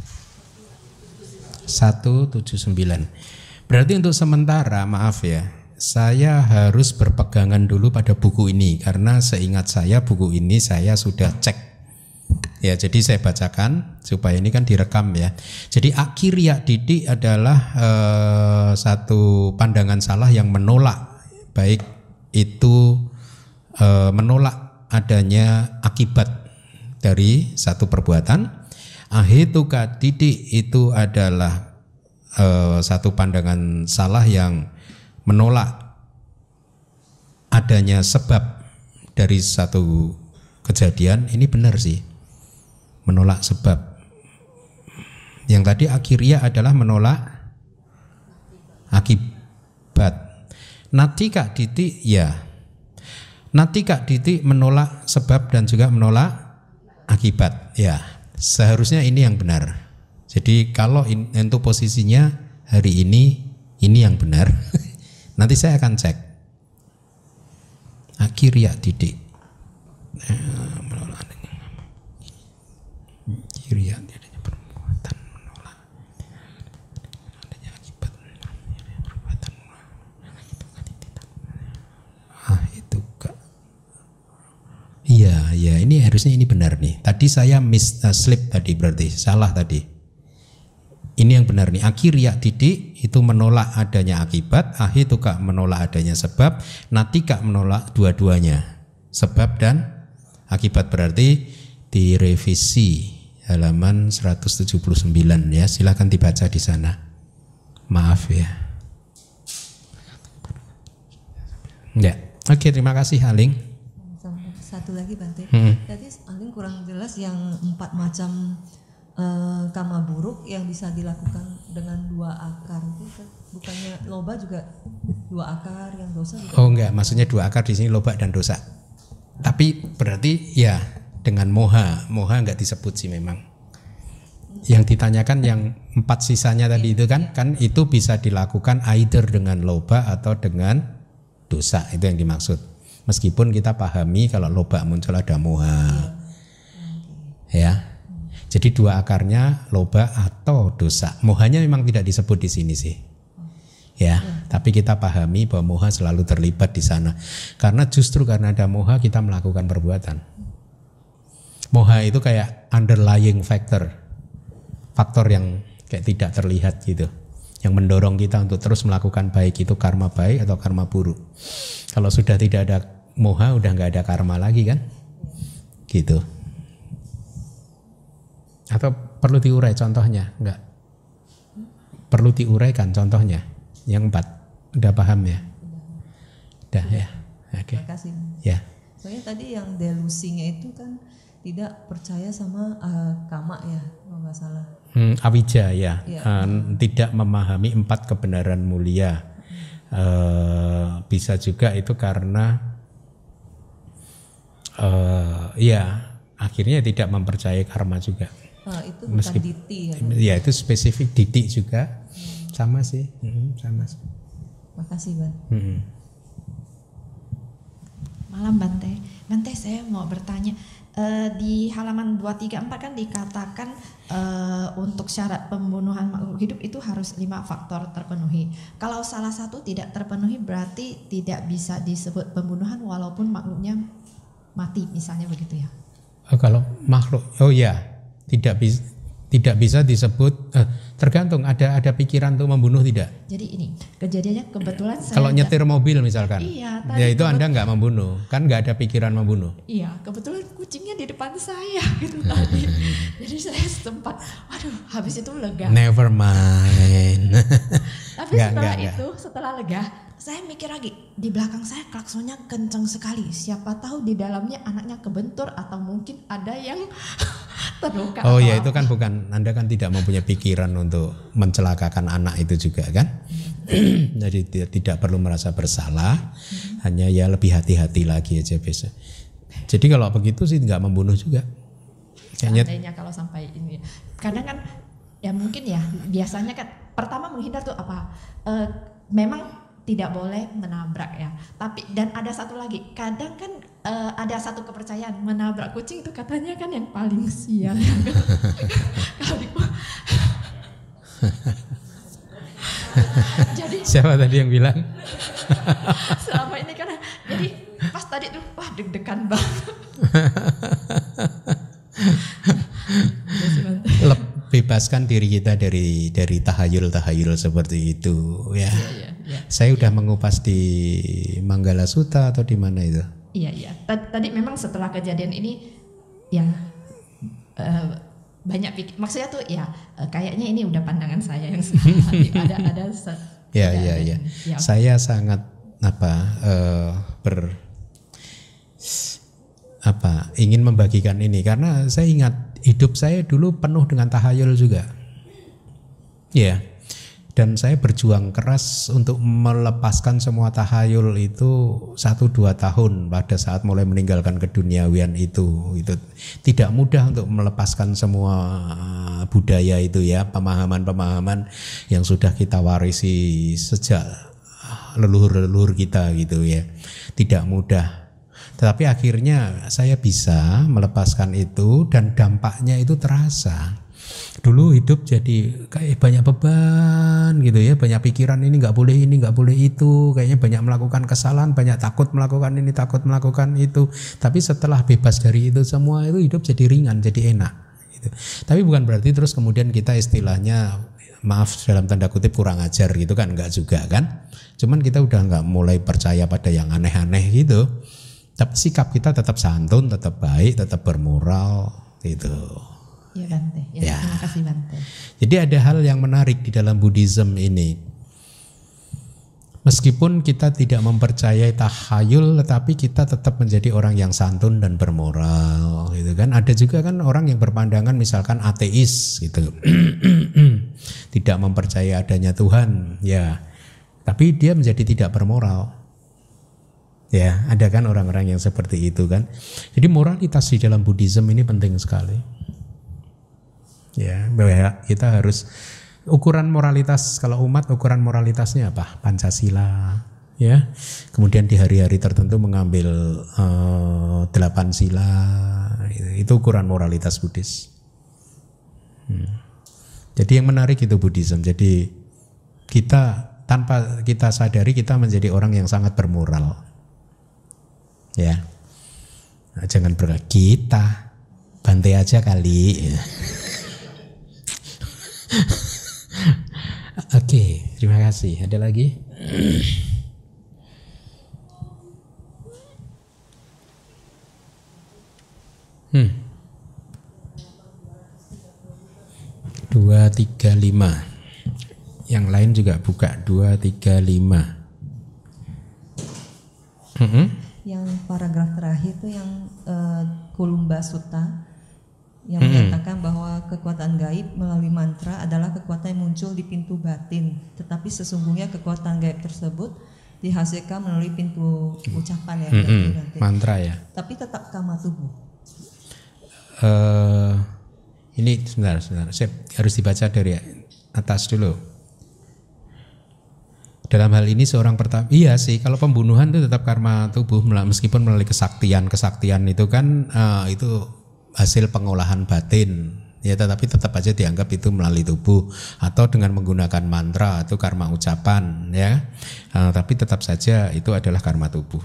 seratus tujuh puluh sembilan. Berarti untuk sementara, maaf ya, saya harus berpegangan dulu pada buku ini, karena seingat saya buku ini saya sudah cek. Ya, jadi saya bacakan supaya ini kan direkam ya. Jadi akhiria didik adalah eh, satu pandangan salah yang menolak baik itu eh, menolak adanya akibat dari satu perbuatan. Ahituka didik itu adalah eh, satu pandangan salah yang menolak adanya sebab dari satu kejadian. Ini benar sih, menolak sebab. Yang tadi akhiria adalah menolak akibat. Natika didik ya, natika didik menolak sebab dan juga menolak akibat. Ya, seharusnya ini yang benar. Jadi kalau in, untuk posisinya hari ini ini yang benar. Nanti saya akan cek akhiria didik. eh, menolak kiriat adanya perbuatan menolak adanya akibat perbuatan ah itu kak. Iya iya ini harusnya ini benar nih. Tadi saya miss uh, slip tadi berarti salah tadi. Ini yang benar nih. Akiriya didik itu menolak adanya akibat, ahi itu kak menolak adanya sebab, nati kak menolak dua-duanya sebab dan akibat. Berarti direvisi halaman seratus tujuh puluh sembilan ya. Silakan dibaca di sana. Maaf ya. Ya. Oke, terima kasih Aling. Satu lagi Bante. Hmm. Tadi Aling kurang jelas yang empat macam Uh, kama buruk yang bisa dilakukan dengan dua akar itu bukannya loba juga dua akar yang dosa juga? Oh enggak, maksudnya dua akar di sini loba dan dosa. Tapi berarti ya dengan moha, moha enggak disebut sih memang. Yang ditanyakan yang empat sisanya tadi itu kan, kan itu bisa dilakukan either dengan loba atau dengan dosa, itu yang dimaksud. Meskipun kita pahami kalau loba muncul ada moha, ya. Jadi dua akarnya loba atau dosa. Mohanya memang tidak disebut di sini sih, ya. ya. Tapi kita pahami bahwa moha selalu terlibat di sana. Karena justru karena ada moha kita melakukan perbuatan. Moha itu kayak underlying factor, faktor yang kayak tidak terlihat gitu, yang mendorong kita untuk terus melakukan baik itu karma baik atau karma buruk. Kalau sudah tidak ada moha, udah nggak ada karma lagi kan, gitu. Atau perlu diurai contohnya? Enggak. Perlu diuraikan contohnya. Yang empat. Udah paham ya? Udah ya. Oke. Terima kasih. Ya. Soalnya tadi yang delusinya itu kan tidak percaya sama uh, kama ya, kalau nggak salah. Hmm, awija ya. ya. Uh, tidak memahami empat kebenaran mulia. Uh, bisa juga itu karena uh, ya akhirnya tidak mempercayai karma juga. Ah, itu bukan Meskipun, diti ya. Ya itu spesifik didik juga. Hmm. Sama sih. Hmm, sama sih. Makasih Bang. Hmm. Malam Bante. Bante saya mau bertanya. Uh, di halaman dua tiga empat kan dikatakan uh, untuk syarat pembunuhan makhluk hidup itu harus lima faktor terpenuhi. Kalau salah satu tidak terpenuhi berarti tidak bisa disebut pembunuhan walaupun makhluknya mati misalnya begitu ya. Oh, kalau makhluk, oh ya, tidak bisa, tidak bisa disebut. Eh, tergantung ada ada pikiran untuk membunuh tidak. Jadi ini kejadiannya kebetulan saya. Kalau nyetir mobil misalkan, iya, ya itu Anda nggak membunuh, kan nggak ada pikiran membunuh. Iya, kebetulan kucingnya di depan saya gitu tadi. Jadi saya sempat, aduh, habis itu lega. Never mind. Tapi Nggak, setelah nggak, itu, nggak. setelah lega, saya mikir lagi, di belakang saya klaksonnya kencang sekali. Siapa tahu di dalamnya anaknya kebentur atau mungkin ada yang terluka. Oh ya, itu kan bukan, Anda kan tidak mempunyai pikiran untuk mencelakakan anak itu juga kan. Jadi tidak perlu merasa bersalah, hmm. hanya ya lebih hati-hati lagi aja biasa. Jadi kalau begitu sih nggak membunuh juga. Seandainya kalau sampai ini, kadang kan ya mungkin ya biasanya kan pertama menghindar tuh apa? E, memang tidak boleh menabrak ya. Tapi dan ada satu lagi, kadang kan e, ada satu kepercayaan menabrak kucing itu katanya kan yang paling sial. Kalau di jadi siapa tadi yang bilang? Selama ini kan jadi pas tadi tuh wah deg-degan banget. Bebaskan diri kita dari dari tahayul-tahayul seperti itu ya. Iya, iya, iya. Saya udah mengupas di Manggala Sutta atau di mana itu? Iya iya. Tadi memang setelah kejadian ini ya uh, banyak pikir, maksudnya tuh ya uh, kayaknya ini udah pandangan saya yang salah. ada ada ya ya ya. ya. Saya sangat apa uh, ber apa ingin membagikan ini karena saya ingat hidup saya dulu penuh dengan tahayul juga. Ya. Dan saya berjuang keras untuk melepaskan semua tahayul itu satu dua tahun pada saat mulai meninggalkan keduniawian itu. Itu tidak mudah untuk melepaskan semua budaya itu ya, pemahaman-pemahaman yang sudah kita warisi sejak leluhur-leluhur kita gitu ya. Tidak mudah. Tetapi akhirnya saya bisa melepaskan itu dan dampaknya itu terasa. Dulu hidup jadi kayak banyak beban gitu ya, banyak pikiran ini nggak boleh ini nggak boleh itu, kayaknya banyak melakukan kesalahan, banyak takut melakukan ini takut melakukan itu. Tapi setelah bebas dari itu semua itu hidup jadi ringan, jadi enak. Gitu. Tapi bukan berarti terus kemudian kita istilahnya maaf dalam tanda kutip kurang ajar gitu kan, nggak juga kan. Cuman kita udah nggak mulai percaya pada yang aneh-aneh gitu. Tapi sikap kita tetap santun, tetap baik, tetap bermoral gitu. Ya Bante, ya, Ya. terima kasih Bante. Jadi ada hal yang menarik di dalam Buddhism ini. Meskipun kita tidak mempercayai tahayul, tetapi kita tetap menjadi orang yang santun dan bermoral, gitu kan. Ada juga kan orang yang berpandangan misalkan ateis, gitu, tidak mempercayai adanya Tuhan, ya. Tapi dia menjadi tidak bermoral. Ya, ada kan orang-orang yang seperti itu kan. Jadi moralitas di dalam Buddhism ini penting sekali. Ya, bahwa kita harus ukuran moralitas kalau umat ukuran moralitasnya apa? Pancasila, ya. Kemudian di hari-hari tertentu mengambil uh, delapan sila, itu ukuran moralitas Buddhis. Hmm. Jadi yang menarik itu Buddhism. Jadi kita tanpa kita sadari kita menjadi orang yang sangat bermoral, ya. Nah, jangan berkata kita Bante aja kali. Ya. Oke, terima kasih. Ada lagi? Hmm. Dua tiga lima. Yang lain juga buka dua tiga lima. Hmm. Yang paragraf terakhir itu yang uh, Kulumba Sutta yang Hmm. menyatakan bahwa kekuatan gaib melalui mantra adalah kekuatan yang muncul di pintu batin, tetapi sesungguhnya kekuatan gaib tersebut dihasilkan melalui pintu ucapan ya, Hmm. berarti nanti. Mantra ya. Tapi tetap kama tubuh. Uh, ini sebentar, sebentar. Saya harus dibaca dari atas dulu. Dalam hal ini seorang pertama, iya sih, kalau pembunuhan itu tetap karma tubuh, meskipun melalui kesaktian, kesaktian itu kan uh, itu hasil pengolahan batin, ya, tetapi tetap aja dianggap itu melalui tubuh atau dengan menggunakan mantra atau karma ucapan, ya, uh, tapi tetap saja itu adalah karma tubuh.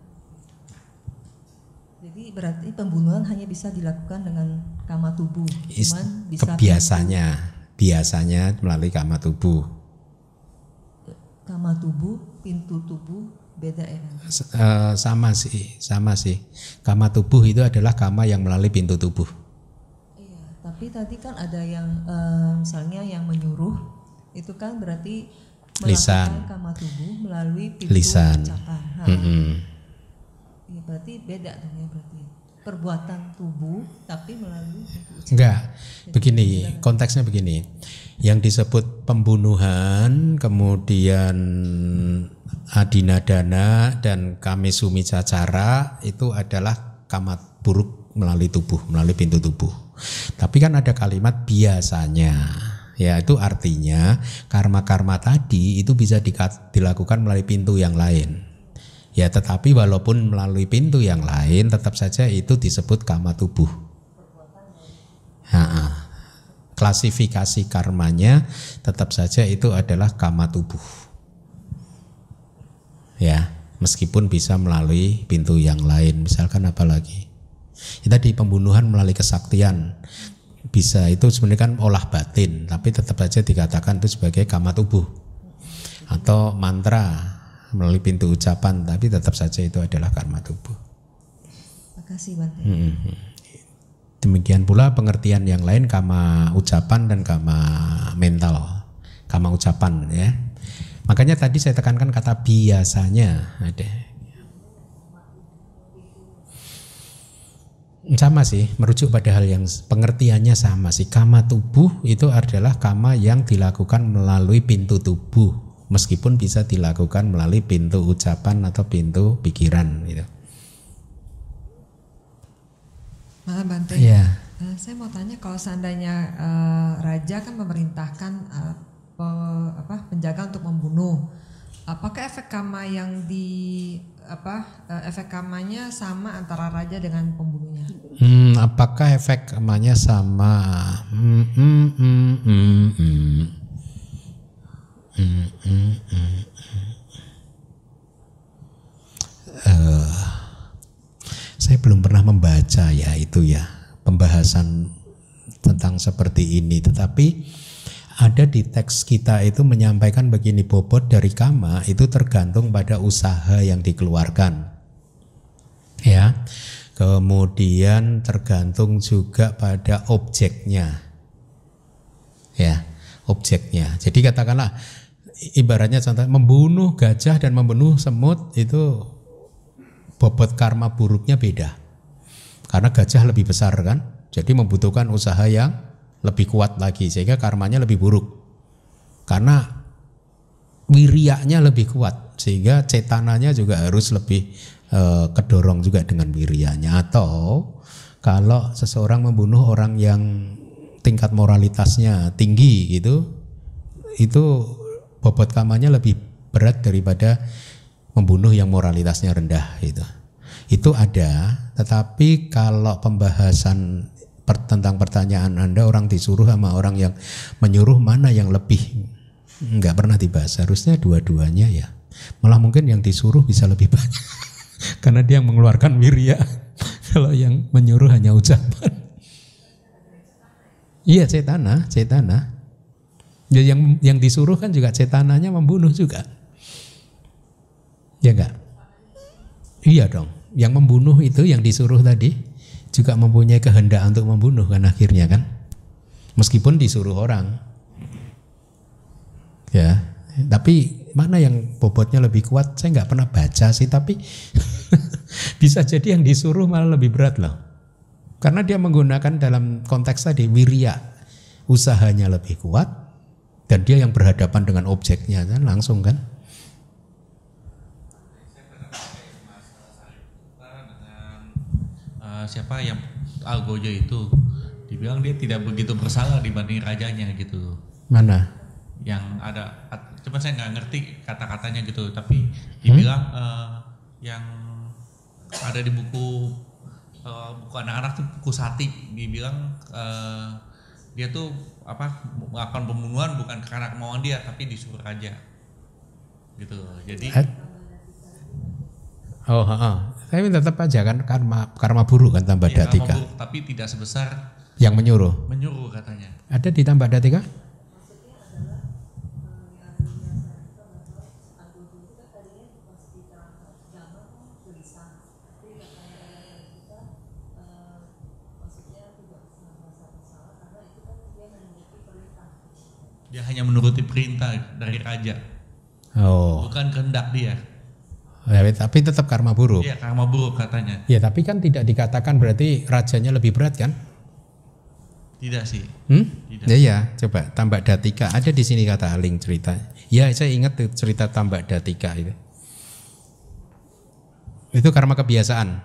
Jadi berarti pembunuhan hanya bisa dilakukan dengan kama tubuh, cuman bisa biasanya, biasanya melalui karma tubuh. Kama tubuh, pintu tubuh beda ya. Uh, sama sih, sama sih. Kama tubuh itu adalah kama yang melalui pintu tubuh. Iya, tapi tadi kan ada yang uh, misalnya yang menyuruh itu kan berarti melakukan lisan. Kama tubuh melalui pintu lisan. ucapan. Nah, mm-hmm. Ya, berarti beda dong ya berarti. Perbuatan tubuh tapi melalui pintu ucapan. Enggak, begini, konteksnya begini. Yang disebut pembunuhan, kemudian adinadana dan kamesumi cacara itu adalah kama buruk melalui tubuh, melalui pintu tubuh. Tapi kan ada kalimat biasanya, ya itu artinya karma-karma tadi itu bisa dilakukan melalui pintu yang lain. Ya tetapi walaupun melalui pintu yang lain tetap saja itu disebut kama tubuh. Ha-ha. Klasifikasi karmanya tetap saja itu adalah kama tubuh. Ya, meskipun bisa melalui pintu yang lain. Misalkan apa lagi? Kita di pembunuhan melalui kesaktian. Bisa itu sebenarnya kan olah batin, tapi tetap saja dikatakan itu sebagai kama tubuh. Atau mantra melalui pintu ucapan, tapi tetap saja itu adalah karma tubuh. Terima kasih Bante. Hmm. Demikian pula pengertian yang lain kama ucapan dan kama mental, kama ucapan ya. Makanya tadi saya tekankan kata biasanya ada. Sama sih, merujuk pada hal yang pengertiannya sama sih. Kama tubuh itu adalah kama yang dilakukan melalui pintu tubuh, meskipun bisa dilakukan melalui pintu ucapan atau pintu pikiran gitu. Malam Bante, ya. uh, saya mau tanya kalau seandainya uh, raja kan memerintahkan uh, pe, apa, penjaga untuk membunuh, apakah efek kama yang di apa uh, efek kamanya sama antara raja dengan pembunuhnya? Hmm, apakah efek kamanya sama? Hmm, hmm, hmm, hmm, hmm. Hmm, hmm, hmm. Uh, saya belum pernah membaca ya itu ya pembahasan tentang seperti ini, tetapi ada di teks kita itu menyampaikan begini, bobot dari kama itu tergantung pada usaha yang dikeluarkan, ya. Kemudian tergantung juga pada objeknya, ya, objeknya. Jadi katakanlah ibaratnya contoh membunuh gajah dan membunuh semut itu bobot karma buruknya beda, karena gajah lebih besar kan. Jadi membutuhkan usaha yang lebih kuat lagi sehingga karmanya lebih buruk. Karena wirianya lebih kuat sehingga cetananya juga harus lebih e, kedorong juga dengan wirianya. Atau kalau seseorang membunuh orang yang tingkat moralitasnya tinggi gitu, itu bobot kamanya lebih berat daripada membunuh yang moralitasnya rendah gitu. Itu ada, tetapi kalau pembahasan tentang pertanyaan Anda, orang disuruh sama orang yang menyuruh mana yang lebih, nggak pernah dibahas. Harusnya dua-duanya ya. Malah mungkin yang disuruh bisa lebih banyak karena dia yang mengeluarkan wirya. Kalau yang menyuruh hanya ucapan. Iya, cetana, cetana. Ya, yang yang disuruh kan juga cetananya membunuh juga. Ya enggak? Iya dong. Yang membunuh itu yang disuruh tadi juga mempunyai kehendak untuk membunuh kan akhirnya kan, meskipun disuruh orang ya. Tapi mana yang bobotnya lebih kuat saya nggak pernah baca sih, tapi bisa jadi yang disuruh malah lebih berat loh, karena dia menggunakan dalam konteks tadi wirya, usahanya lebih kuat dan dia yang berhadapan dengan objeknya kan langsung kan. Siapa yang Algojo itu dibilang dia tidak begitu bersalah dibanding rajanya gitu. Mana? Yang ada, cuma saya nggak ngerti kata-katanya gitu, tapi dibilang hmm? uh, yang ada di buku uh, buku anak-anak tuh buku Sati, dibilang uh, dia tuh apa melakukan pembunuhan bukan karena kemauan dia tapi disuruh raja gitu. Jadi At? Oh, oh. Tapi tetap aja kan karma karma buruk kan tambah iya, datika. Karma buruk, tapi tidak sebesar yang menyuruh. Menyuruh katanya. Ada di tambah datika? Dia hanya menuruti perintah dari raja. Oh. Bukan kehendak dia. Ya, tapi tetap karma buruk. Iya, karma buruk katanya. Ya, tapi kan tidak dikatakan berarti rajanya lebih berat kan? Tidak sih. Hmm? Tidak. Ya, ya, coba tambak datika. Ada di sini kata Aling cerita. Ya, saya ingat cerita tambak datika itu. Itu karma kebiasaan.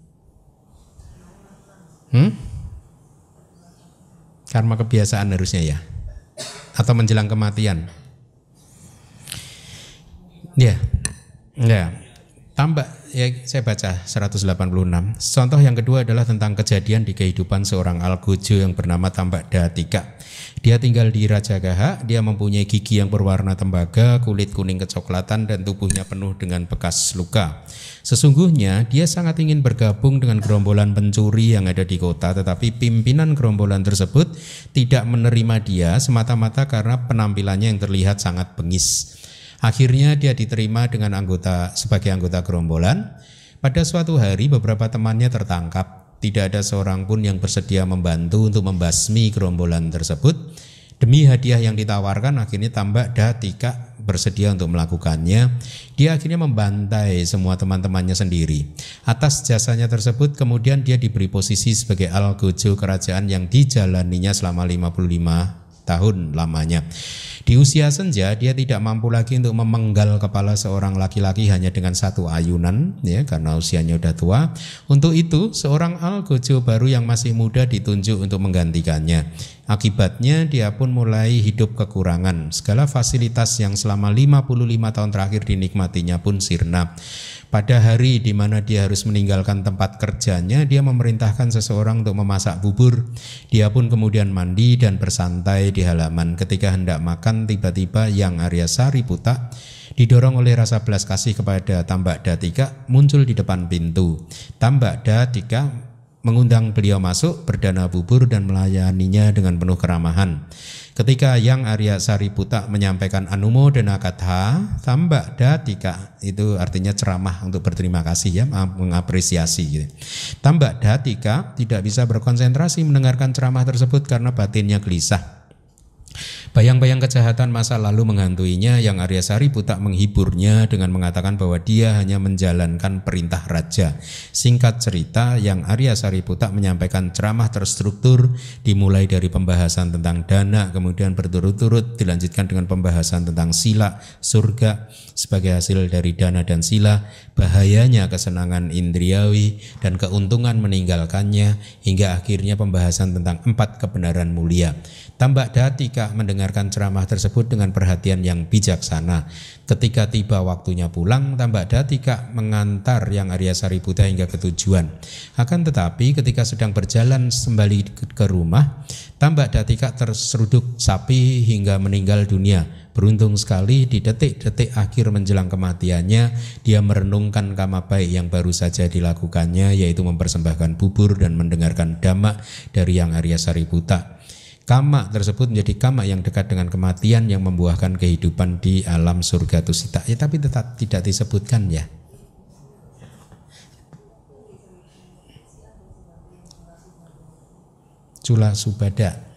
Hmm? Karma kebiasaan harusnya ya. Atau menjelang kematian. Ya. Ya. Tambah, ya saya baca seratus delapan puluh enam. Contoh yang kedua adalah tentang kejadian di kehidupan seorang Algojo yang bernama Tambak Datika. Dia tinggal di Rajagaha, dia mempunyai gigi yang berwarna tembaga, kulit kuning kecoklatan dan tubuhnya penuh dengan bekas luka. Sesungguhnya dia sangat ingin bergabung dengan gerombolan pencuri yang ada di kota, tetapi pimpinan gerombolan tersebut tidak menerima dia semata-mata karena penampilannya yang terlihat sangat bengis. Akhirnya dia diterima dengan anggota sebagai anggota gerombolan. Pada suatu hari beberapa temannya tertangkap. Tidak ada seorang pun yang bersedia membantu untuk membasmi gerombolan tersebut. Demi hadiah yang ditawarkan, akhirnya Tambak Datika bersedia untuk melakukannya. Dia akhirnya membantai semua teman-temannya sendiri. Atas jasanya tersebut kemudian dia diberi posisi sebagai Algojo kerajaan yang dijalaninya selama lima puluh lima tahun lamanya. Di usia senja dia tidak mampu lagi untuk memenggal kepala seorang laki-laki hanya dengan satu ayunan, ya, karena usianya sudah tua. Untuk itu seorang algojo baru yang masih muda ditunjuk untuk menggantikannya. Akibatnya dia pun mulai hidup kekurangan. Segala fasilitas yang selama lima puluh lima tahun terakhir dinikmatinya pun sirna. Pada hari di mana dia harus meninggalkan tempat kerjanya, dia memerintahkan seseorang untuk memasak bubur. Dia pun kemudian mandi dan bersantai di halaman. Ketika hendak makan, tiba-tiba Yang Arya Sariputa didorong oleh rasa belas kasih kepada Tambak Datika muncul di depan pintu. Tambak Datika mengundang beliau masuk, berdana bubur dan melayaninya dengan penuh keramahan. Ketika Yang Arya Sariputa menyampaikan Anumodana Katha, Tambak Datika, itu artinya ceramah untuk berterima kasih, ya, mengapresiasi gitu. Tambak Datika tidak bisa berkonsentrasi mendengarkan ceramah tersebut karena batinnya gelisah. Bayang-bayang kejahatan masa lalu menghantuinya. Yang Arya Sariputa menghiburnya dengan mengatakan bahwa dia hanya menjalankan perintah raja. Singkat cerita, Yang Arya Sariputa menyampaikan ceramah terstruktur, dimulai dari pembahasan tentang dana, kemudian berturut-turut dilanjutkan dengan pembahasan tentang sila, surga sebagai hasil dari dana dan sila, bahayanya kesenangan indriawi dan keuntungan meninggalkannya, hingga akhirnya pembahasan tentang empat kebenaran mulia. Tambak Datika mendengarkan ceramah tersebut dengan perhatian yang bijaksana. Ketika tiba waktunya pulang, Tambak Datika mengantar Yang Arya Sariputa hingga ke tujuan. Akan tetapi ketika sedang berjalan kembali ke rumah, Tambak Datika terseruduk sapi hingga meninggal dunia. Beruntung sekali di detik-detik akhir menjelang kematiannya, dia merenungkan kama baik yang baru saja dilakukannya, yaitu mempersembahkan bubur dan mendengarkan dhamma dari Yang Arya Sariputa. Kama tersebut menjadi kama yang dekat dengan kematian yang membuahkan kehidupan di alam surga tusita. Ya, tapi tetap tidak disebutkan, ya. Cula Subada.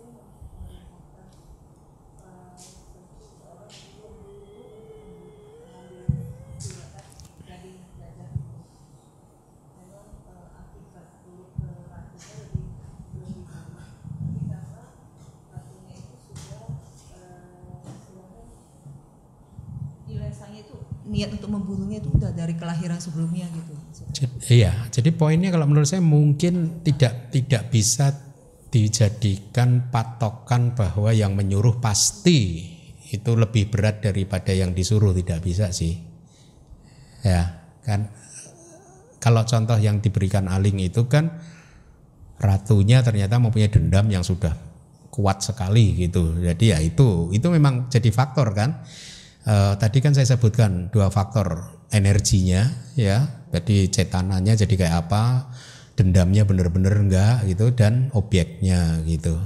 Niat untuk membunuhnya itu udah dari kelahiran sebelumnya gitu. Iya, jadi poinnya kalau menurut saya mungkin tidak tidak bisa dijadikan patokan bahwa yang menyuruh pasti itu lebih berat daripada yang disuruh, tidak bisa sih. Ya, kan kalau contoh yang diberikan Aling itu kan ratunya ternyata mempunyai dendam yang sudah kuat sekali gitu. Jadi ya itu itu memang jadi faktor kan. Uh, tadi kan saya sebutkan dua faktor, energinya, ya, jadi cetananya jadi kayak apa, dendamnya benar-benar enggak gitu, dan objeknya gitu.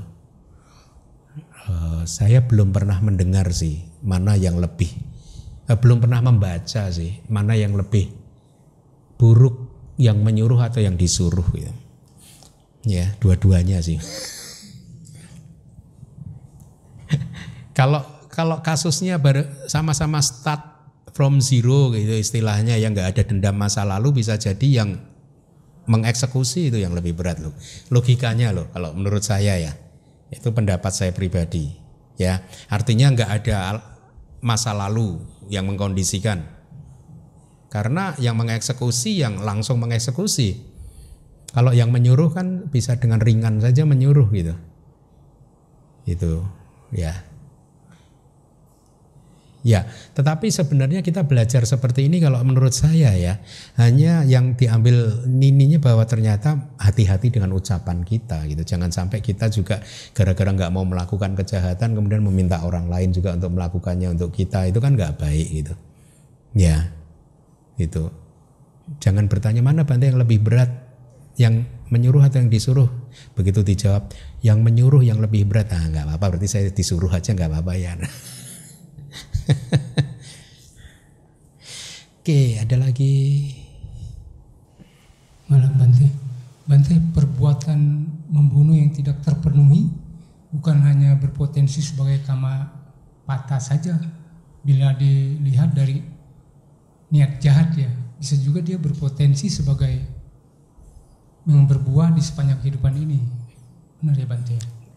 Uh, saya belum pernah mendengar sih mana yang lebih, uh, belum pernah membaca sih mana yang lebih buruk, yang menyuruh atau yang disuruh gitu. Ya, dua-duanya sih. Kalau Kalau kasusnya sama-sama start from zero gitu istilahnya, yang nggak ada dendam masa lalu, bisa jadi yang mengeksekusi itu yang lebih berat loh. Logikanya loh, kalau menurut saya ya, itu pendapat saya pribadi. Ya, artinya nggak ada masa lalu yang mengkondisikan. Karena yang mengeksekusi yang langsung mengeksekusi. Kalau yang menyuruh kan bisa dengan ringan saja menyuruh gitu. Itu ya. Ya, tetapi sebenarnya kita belajar seperti ini kalau menurut saya ya, hanya yang diambil nininya bahwa ternyata hati-hati dengan ucapan kita gitu. Jangan sampai kita juga gara-gara nggak mau melakukan kejahatan kemudian meminta orang lain juga untuk melakukannya untuk kita, itu kan nggak baik gitu. Ya, itu. Jangan bertanya mana Bante yang lebih berat, yang menyuruh atau yang disuruh. Begitu dijawab yang menyuruh yang lebih berat, ah nggak apa-apa, berarti saya disuruh aja nggak apa-apa ya. Oke, ada lagi. Malam Bante. Bante, perbuatan membunuh yang tidak terpenuhi bukan hanya berpotensi sebagai kama pata saja. Bila dilihat dari niat jahat ya, bisa juga dia berpotensi sebagai yang berbuah di sepanjang kehidupan ini. Benar ya Bante?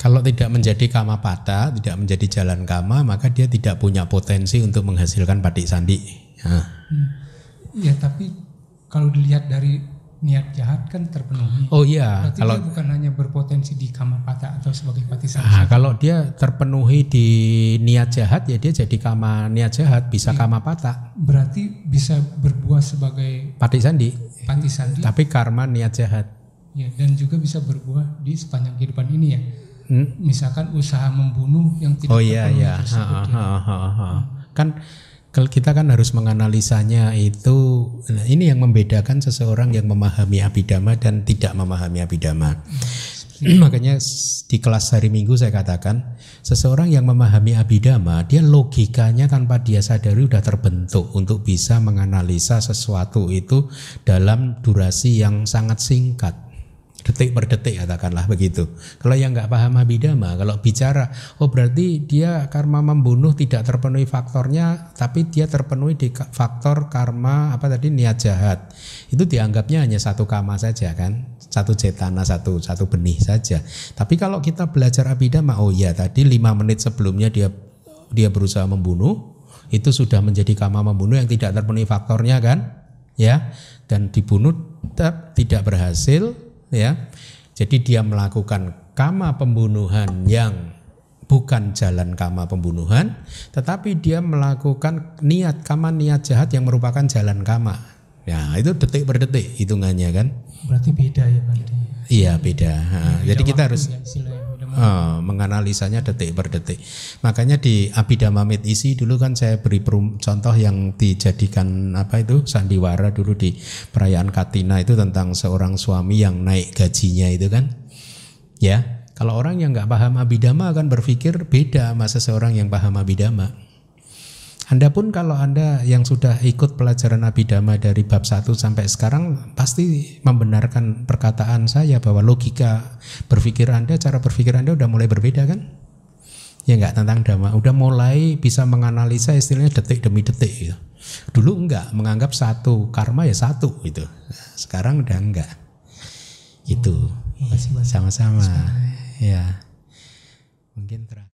Kalau tidak menjadi kama pata, tidak menjadi jalan kama, maka dia tidak punya potensi untuk menghasilkan patik sandi. Nah. Hmm. Ya, tapi kalau dilihat dari niat jahat kan terpenuhi. Oh iya, berarti kalau dia bukan hanya berpotensi di kama pata atau sebagai patik sandi. Nah, kalau dia terpenuhi di niat jahat, ya dia jadi kama niat jahat, bisa ya, kama pata. Berarti bisa berbuah sebagai patik sandi. Patik sandi. Tapi karma niat jahat. Ya, dan juga bisa berbuah di sepanjang kehidupan ini ya. Hmm? Misalkan usaha membunuh yang tidak oh iya iya tersebut, ha, ha, ha, ha. Kan kita kan harus menganalisanya itu. Nah, ini yang membedakan seseorang yang memahami abhidhamma dan tidak memahami abhidhamma. Hmm. Makanya di kelas hari Minggu saya katakan seseorang yang memahami abhidhamma, dia logikanya tanpa dia sadari sudah terbentuk untuk bisa menganalisa sesuatu itu dalam durasi yang sangat singkat. Detik per detik katakanlah begitu. Kalau yang nggak paham abhidhamma, kalau bicara, oh berarti dia karma membunuh tidak terpenuhi faktornya, tapi dia terpenuhi di faktor karma apa tadi niat jahat. Itu dianggapnya hanya satu kama saja kan, satu cetana, satu satu benih saja. Tapi kalau kita belajar abhidhamma, oh iya tadi lima menit sebelumnya dia dia berusaha membunuh, itu sudah menjadi kama membunuh yang tidak terpenuhi faktornya kan, ya, dan dibunuh tidak berhasil. Ya, jadi dia melakukan kama pembunuhan yang bukan jalan kama pembunuhan, tetapi dia melakukan niat kama niat jahat yang merupakan jalan kama. Ya, itu detik per detik hitungannya kan. Berarti beda ya Pak. Iya beda. Nah, beda jadi kita harus ya, uh, menganalisanya detik per detik. Makanya di Abhidhamma Med Isi dulu kan saya beri perum, contoh yang dijadikan apa itu sandiwara dulu di perayaan Katina itu tentang seorang suami yang naik gajinya itu kan. Ya, kalau orang yang nggak paham Abhidhamma akan berpikir beda sama seseorang yang paham Abhidhamma. Anda pun kalau Anda yang sudah ikut pelajaran Abhidhamma dari bab satu sampai sekarang pasti membenarkan perkataan saya bahwa logika berpikir Anda, cara berpikir Anda udah mulai berbeda kan? Ya enggak tentang Dhamma, udah mulai bisa menganalisa istilahnya detik demi detik gitu. Dulu enggak, menganggap satu karma ya satu gitu. Sekarang udah enggak. Gitu. Oh, makasih banyak. Sama-sama. Ya. Mungkin terakhir